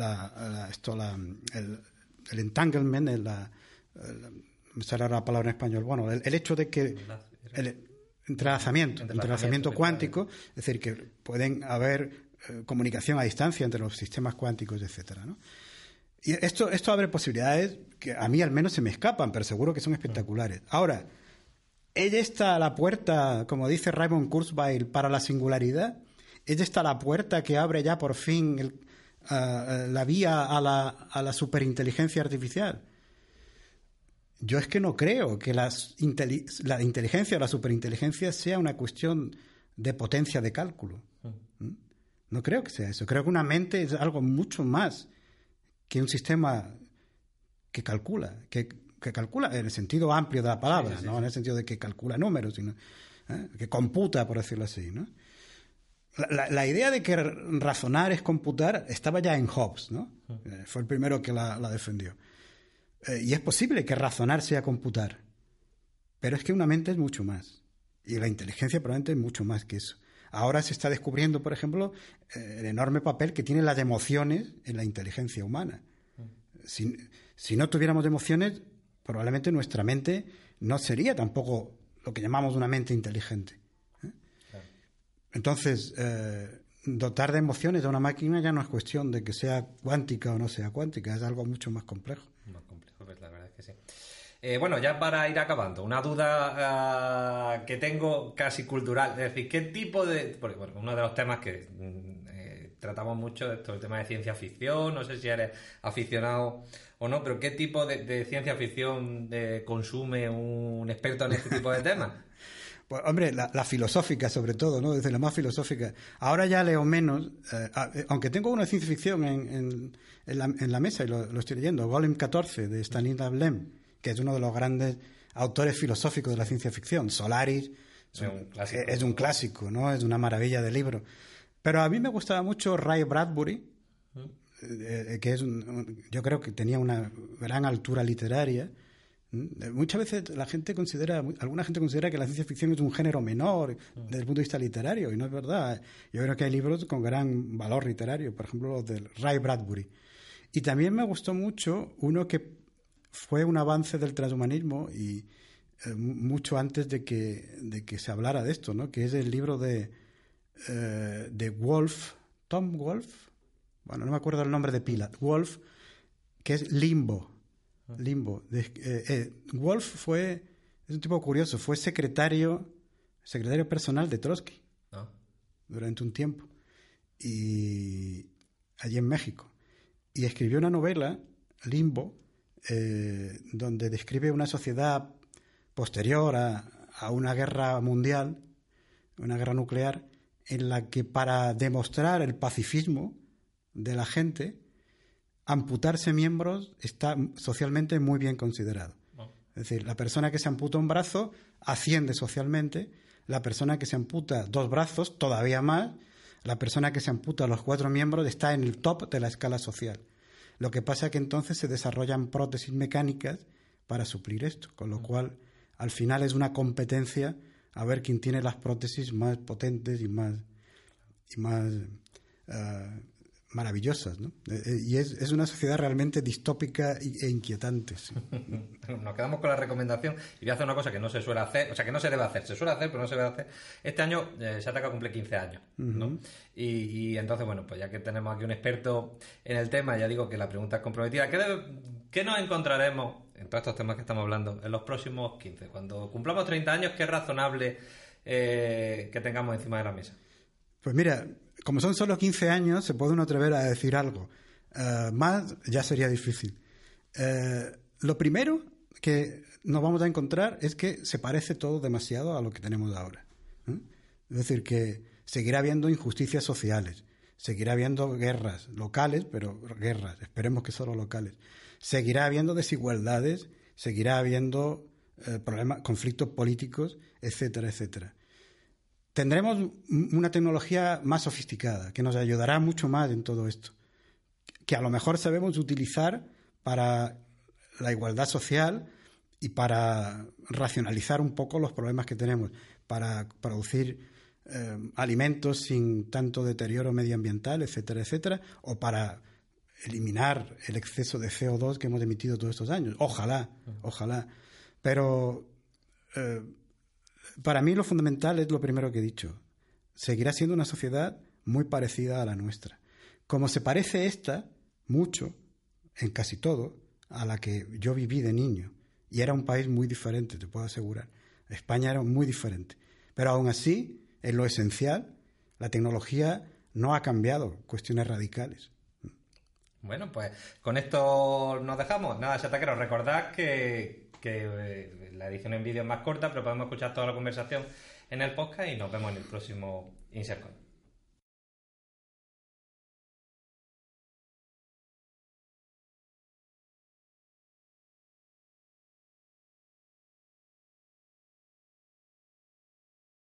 el entanglement, me sale la palabra en español, bueno, el hecho de que el entrelazamiento cuántico, es decir, que pueden haber comunicación a distancia entre los sistemas cuánticos, etcétera, ¿no? Y esto abre posibilidades que a mí al menos se me escapan, pero seguro que son espectaculares. Ahora, ¿ella está a la puerta, como dice Raymond Kurzweil, para la singularidad? ¿Ella está a la puerta que abre ya por fin la vía a la superinteligencia artificial? Yo es que no creo que la inteligencia o la superinteligencia sea una cuestión de potencia de cálculo. No creo que sea eso. Creo que una mente es algo mucho más que un sistema que calcula en el sentido amplio de la palabra, no en el sentido de que calcula números, sino que computa, por decirlo así, ¿no? La idea de que razonar es computar estaba ya en Hobbes, ¿no? Fue el primero que la defendió. Y es posible que razonar sea computar, pero es que una mente es mucho más, y la inteligencia probablemente es mucho más que eso. Ahora se está descubriendo, por ejemplo, el enorme papel que tienen las emociones en la inteligencia humana. Si no tuviéramos emociones, probablemente nuestra mente no sería tampoco lo que llamamos una mente inteligente. Claro. Entonces, dotar de emociones a una máquina ya no es cuestión de que sea cuántica o no sea cuántica, es algo mucho más complejo. Más complejo, pues la verdad es que sí. Bueno, ya para ir acabando, una duda que tengo casi cultural, es decir, ¿qué tipo de...? Porque, bueno, uno de los temas que tratamos mucho, esto, el tema de ciencia ficción, no sé si eres aficionado o no, pero ¿qué tipo de ciencia ficción consume un experto en este tipo de temas? Pues, hombre, la filosófica sobre todo, ¿no? Desde la más filosófica. Ahora ya leo menos, aunque tengo una ciencia ficción en la mesa y lo estoy leyendo, Golem 14 de Stanislav Lem, que es uno de los grandes autores filosóficos de la ciencia ficción. Solaris es un clásico, ¿no? Es una maravilla de libro. Pero a mí me gustaba mucho Ray Bradbury, que yo creo que tenía una gran altura literaria. Muchas veces alguna gente considera que la ciencia ficción es un género menor desde el punto de vista literario, y no es verdad. Yo creo que hay libros con gran valor literario, por ejemplo los de Ray Bradbury. Y también me gustó mucho uno que fue un avance del transhumanismo y mucho antes de que se hablara de esto, ¿no? Que es el libro de Tom Wolfe, bueno, no me acuerdo el nombre de pila, Wolfe, que es Limbo. Wolfe es un tipo curioso, fue secretario personal de Trotsky durante un tiempo, y allí en México, y escribió una novela, Limbo, donde describe una sociedad posterior a una guerra mundial, una guerra nuclear, en la que para demostrar el pacifismo de la gente, amputarse miembros está socialmente muy bien considerado. Es decir, la persona que se amputa un brazo asciende socialmente, la persona que se amputa 2 brazos todavía más, la persona que se amputa los 4 miembros está en el top de la escala social. Lo que pasa es que entonces se desarrollan prótesis mecánicas para suplir esto, con lo cual al final es una competencia a ver quién tiene las prótesis más potentes y más maravillosas, ¿no? Y es una sociedad realmente distópica e inquietante. Sí. Nos quedamos con la recomendación y voy a hacer una cosa que no se suele hacer, o sea, que no se debe hacer, se suele hacer, pero no se debe hacer. Este año Shataka cumple 15 años, ¿no? Y entonces, bueno, pues ya que tenemos aquí un experto en el tema, ya digo que la pregunta es comprometida. ¿Qué nos encontraremos en todos estos temas que estamos hablando en los próximos 15? Cuando cumplamos 30 años, ¿qué es razonable que tengamos encima de la mesa? Pues mira, como son solo 15 años, se puede uno atrever a decir algo. Más ya sería difícil. Lo primero que nos vamos a encontrar es que se parece todo demasiado a lo que tenemos ahora. Es decir, que seguirá habiendo injusticias sociales, seguirá habiendo guerras locales, pero guerras, esperemos que solo locales. Seguirá habiendo desigualdades, seguirá habiendo problemas, conflictos políticos, etcétera, etcétera. Tendremos una tecnología más sofisticada que nos ayudará mucho más en todo esto, que a lo mejor sabemos utilizar para la igualdad social y para racionalizar un poco los problemas que tenemos, para producir alimentos sin tanto deterioro medioambiental, etcétera, etcétera, o para eliminar el exceso de CO2 que hemos emitido todos estos años. Ojalá. Pero para mí lo fundamental es lo primero que he dicho. Seguirá siendo una sociedad muy parecida a la nuestra. Como se parece esta mucho, en casi todo, a la que yo viví de niño. Y era un país muy diferente, te puedo asegurar. España era muy diferente. Pero aún así, en lo esencial, la tecnología no ha cambiado cuestiones radicales. Bueno, pues con esto nos dejamos. Nada, Shataqueros, recordad que la edición en vídeo es más corta, pero podemos escuchar toda la conversación en el podcast y nos vemos en el próximo Insercoin.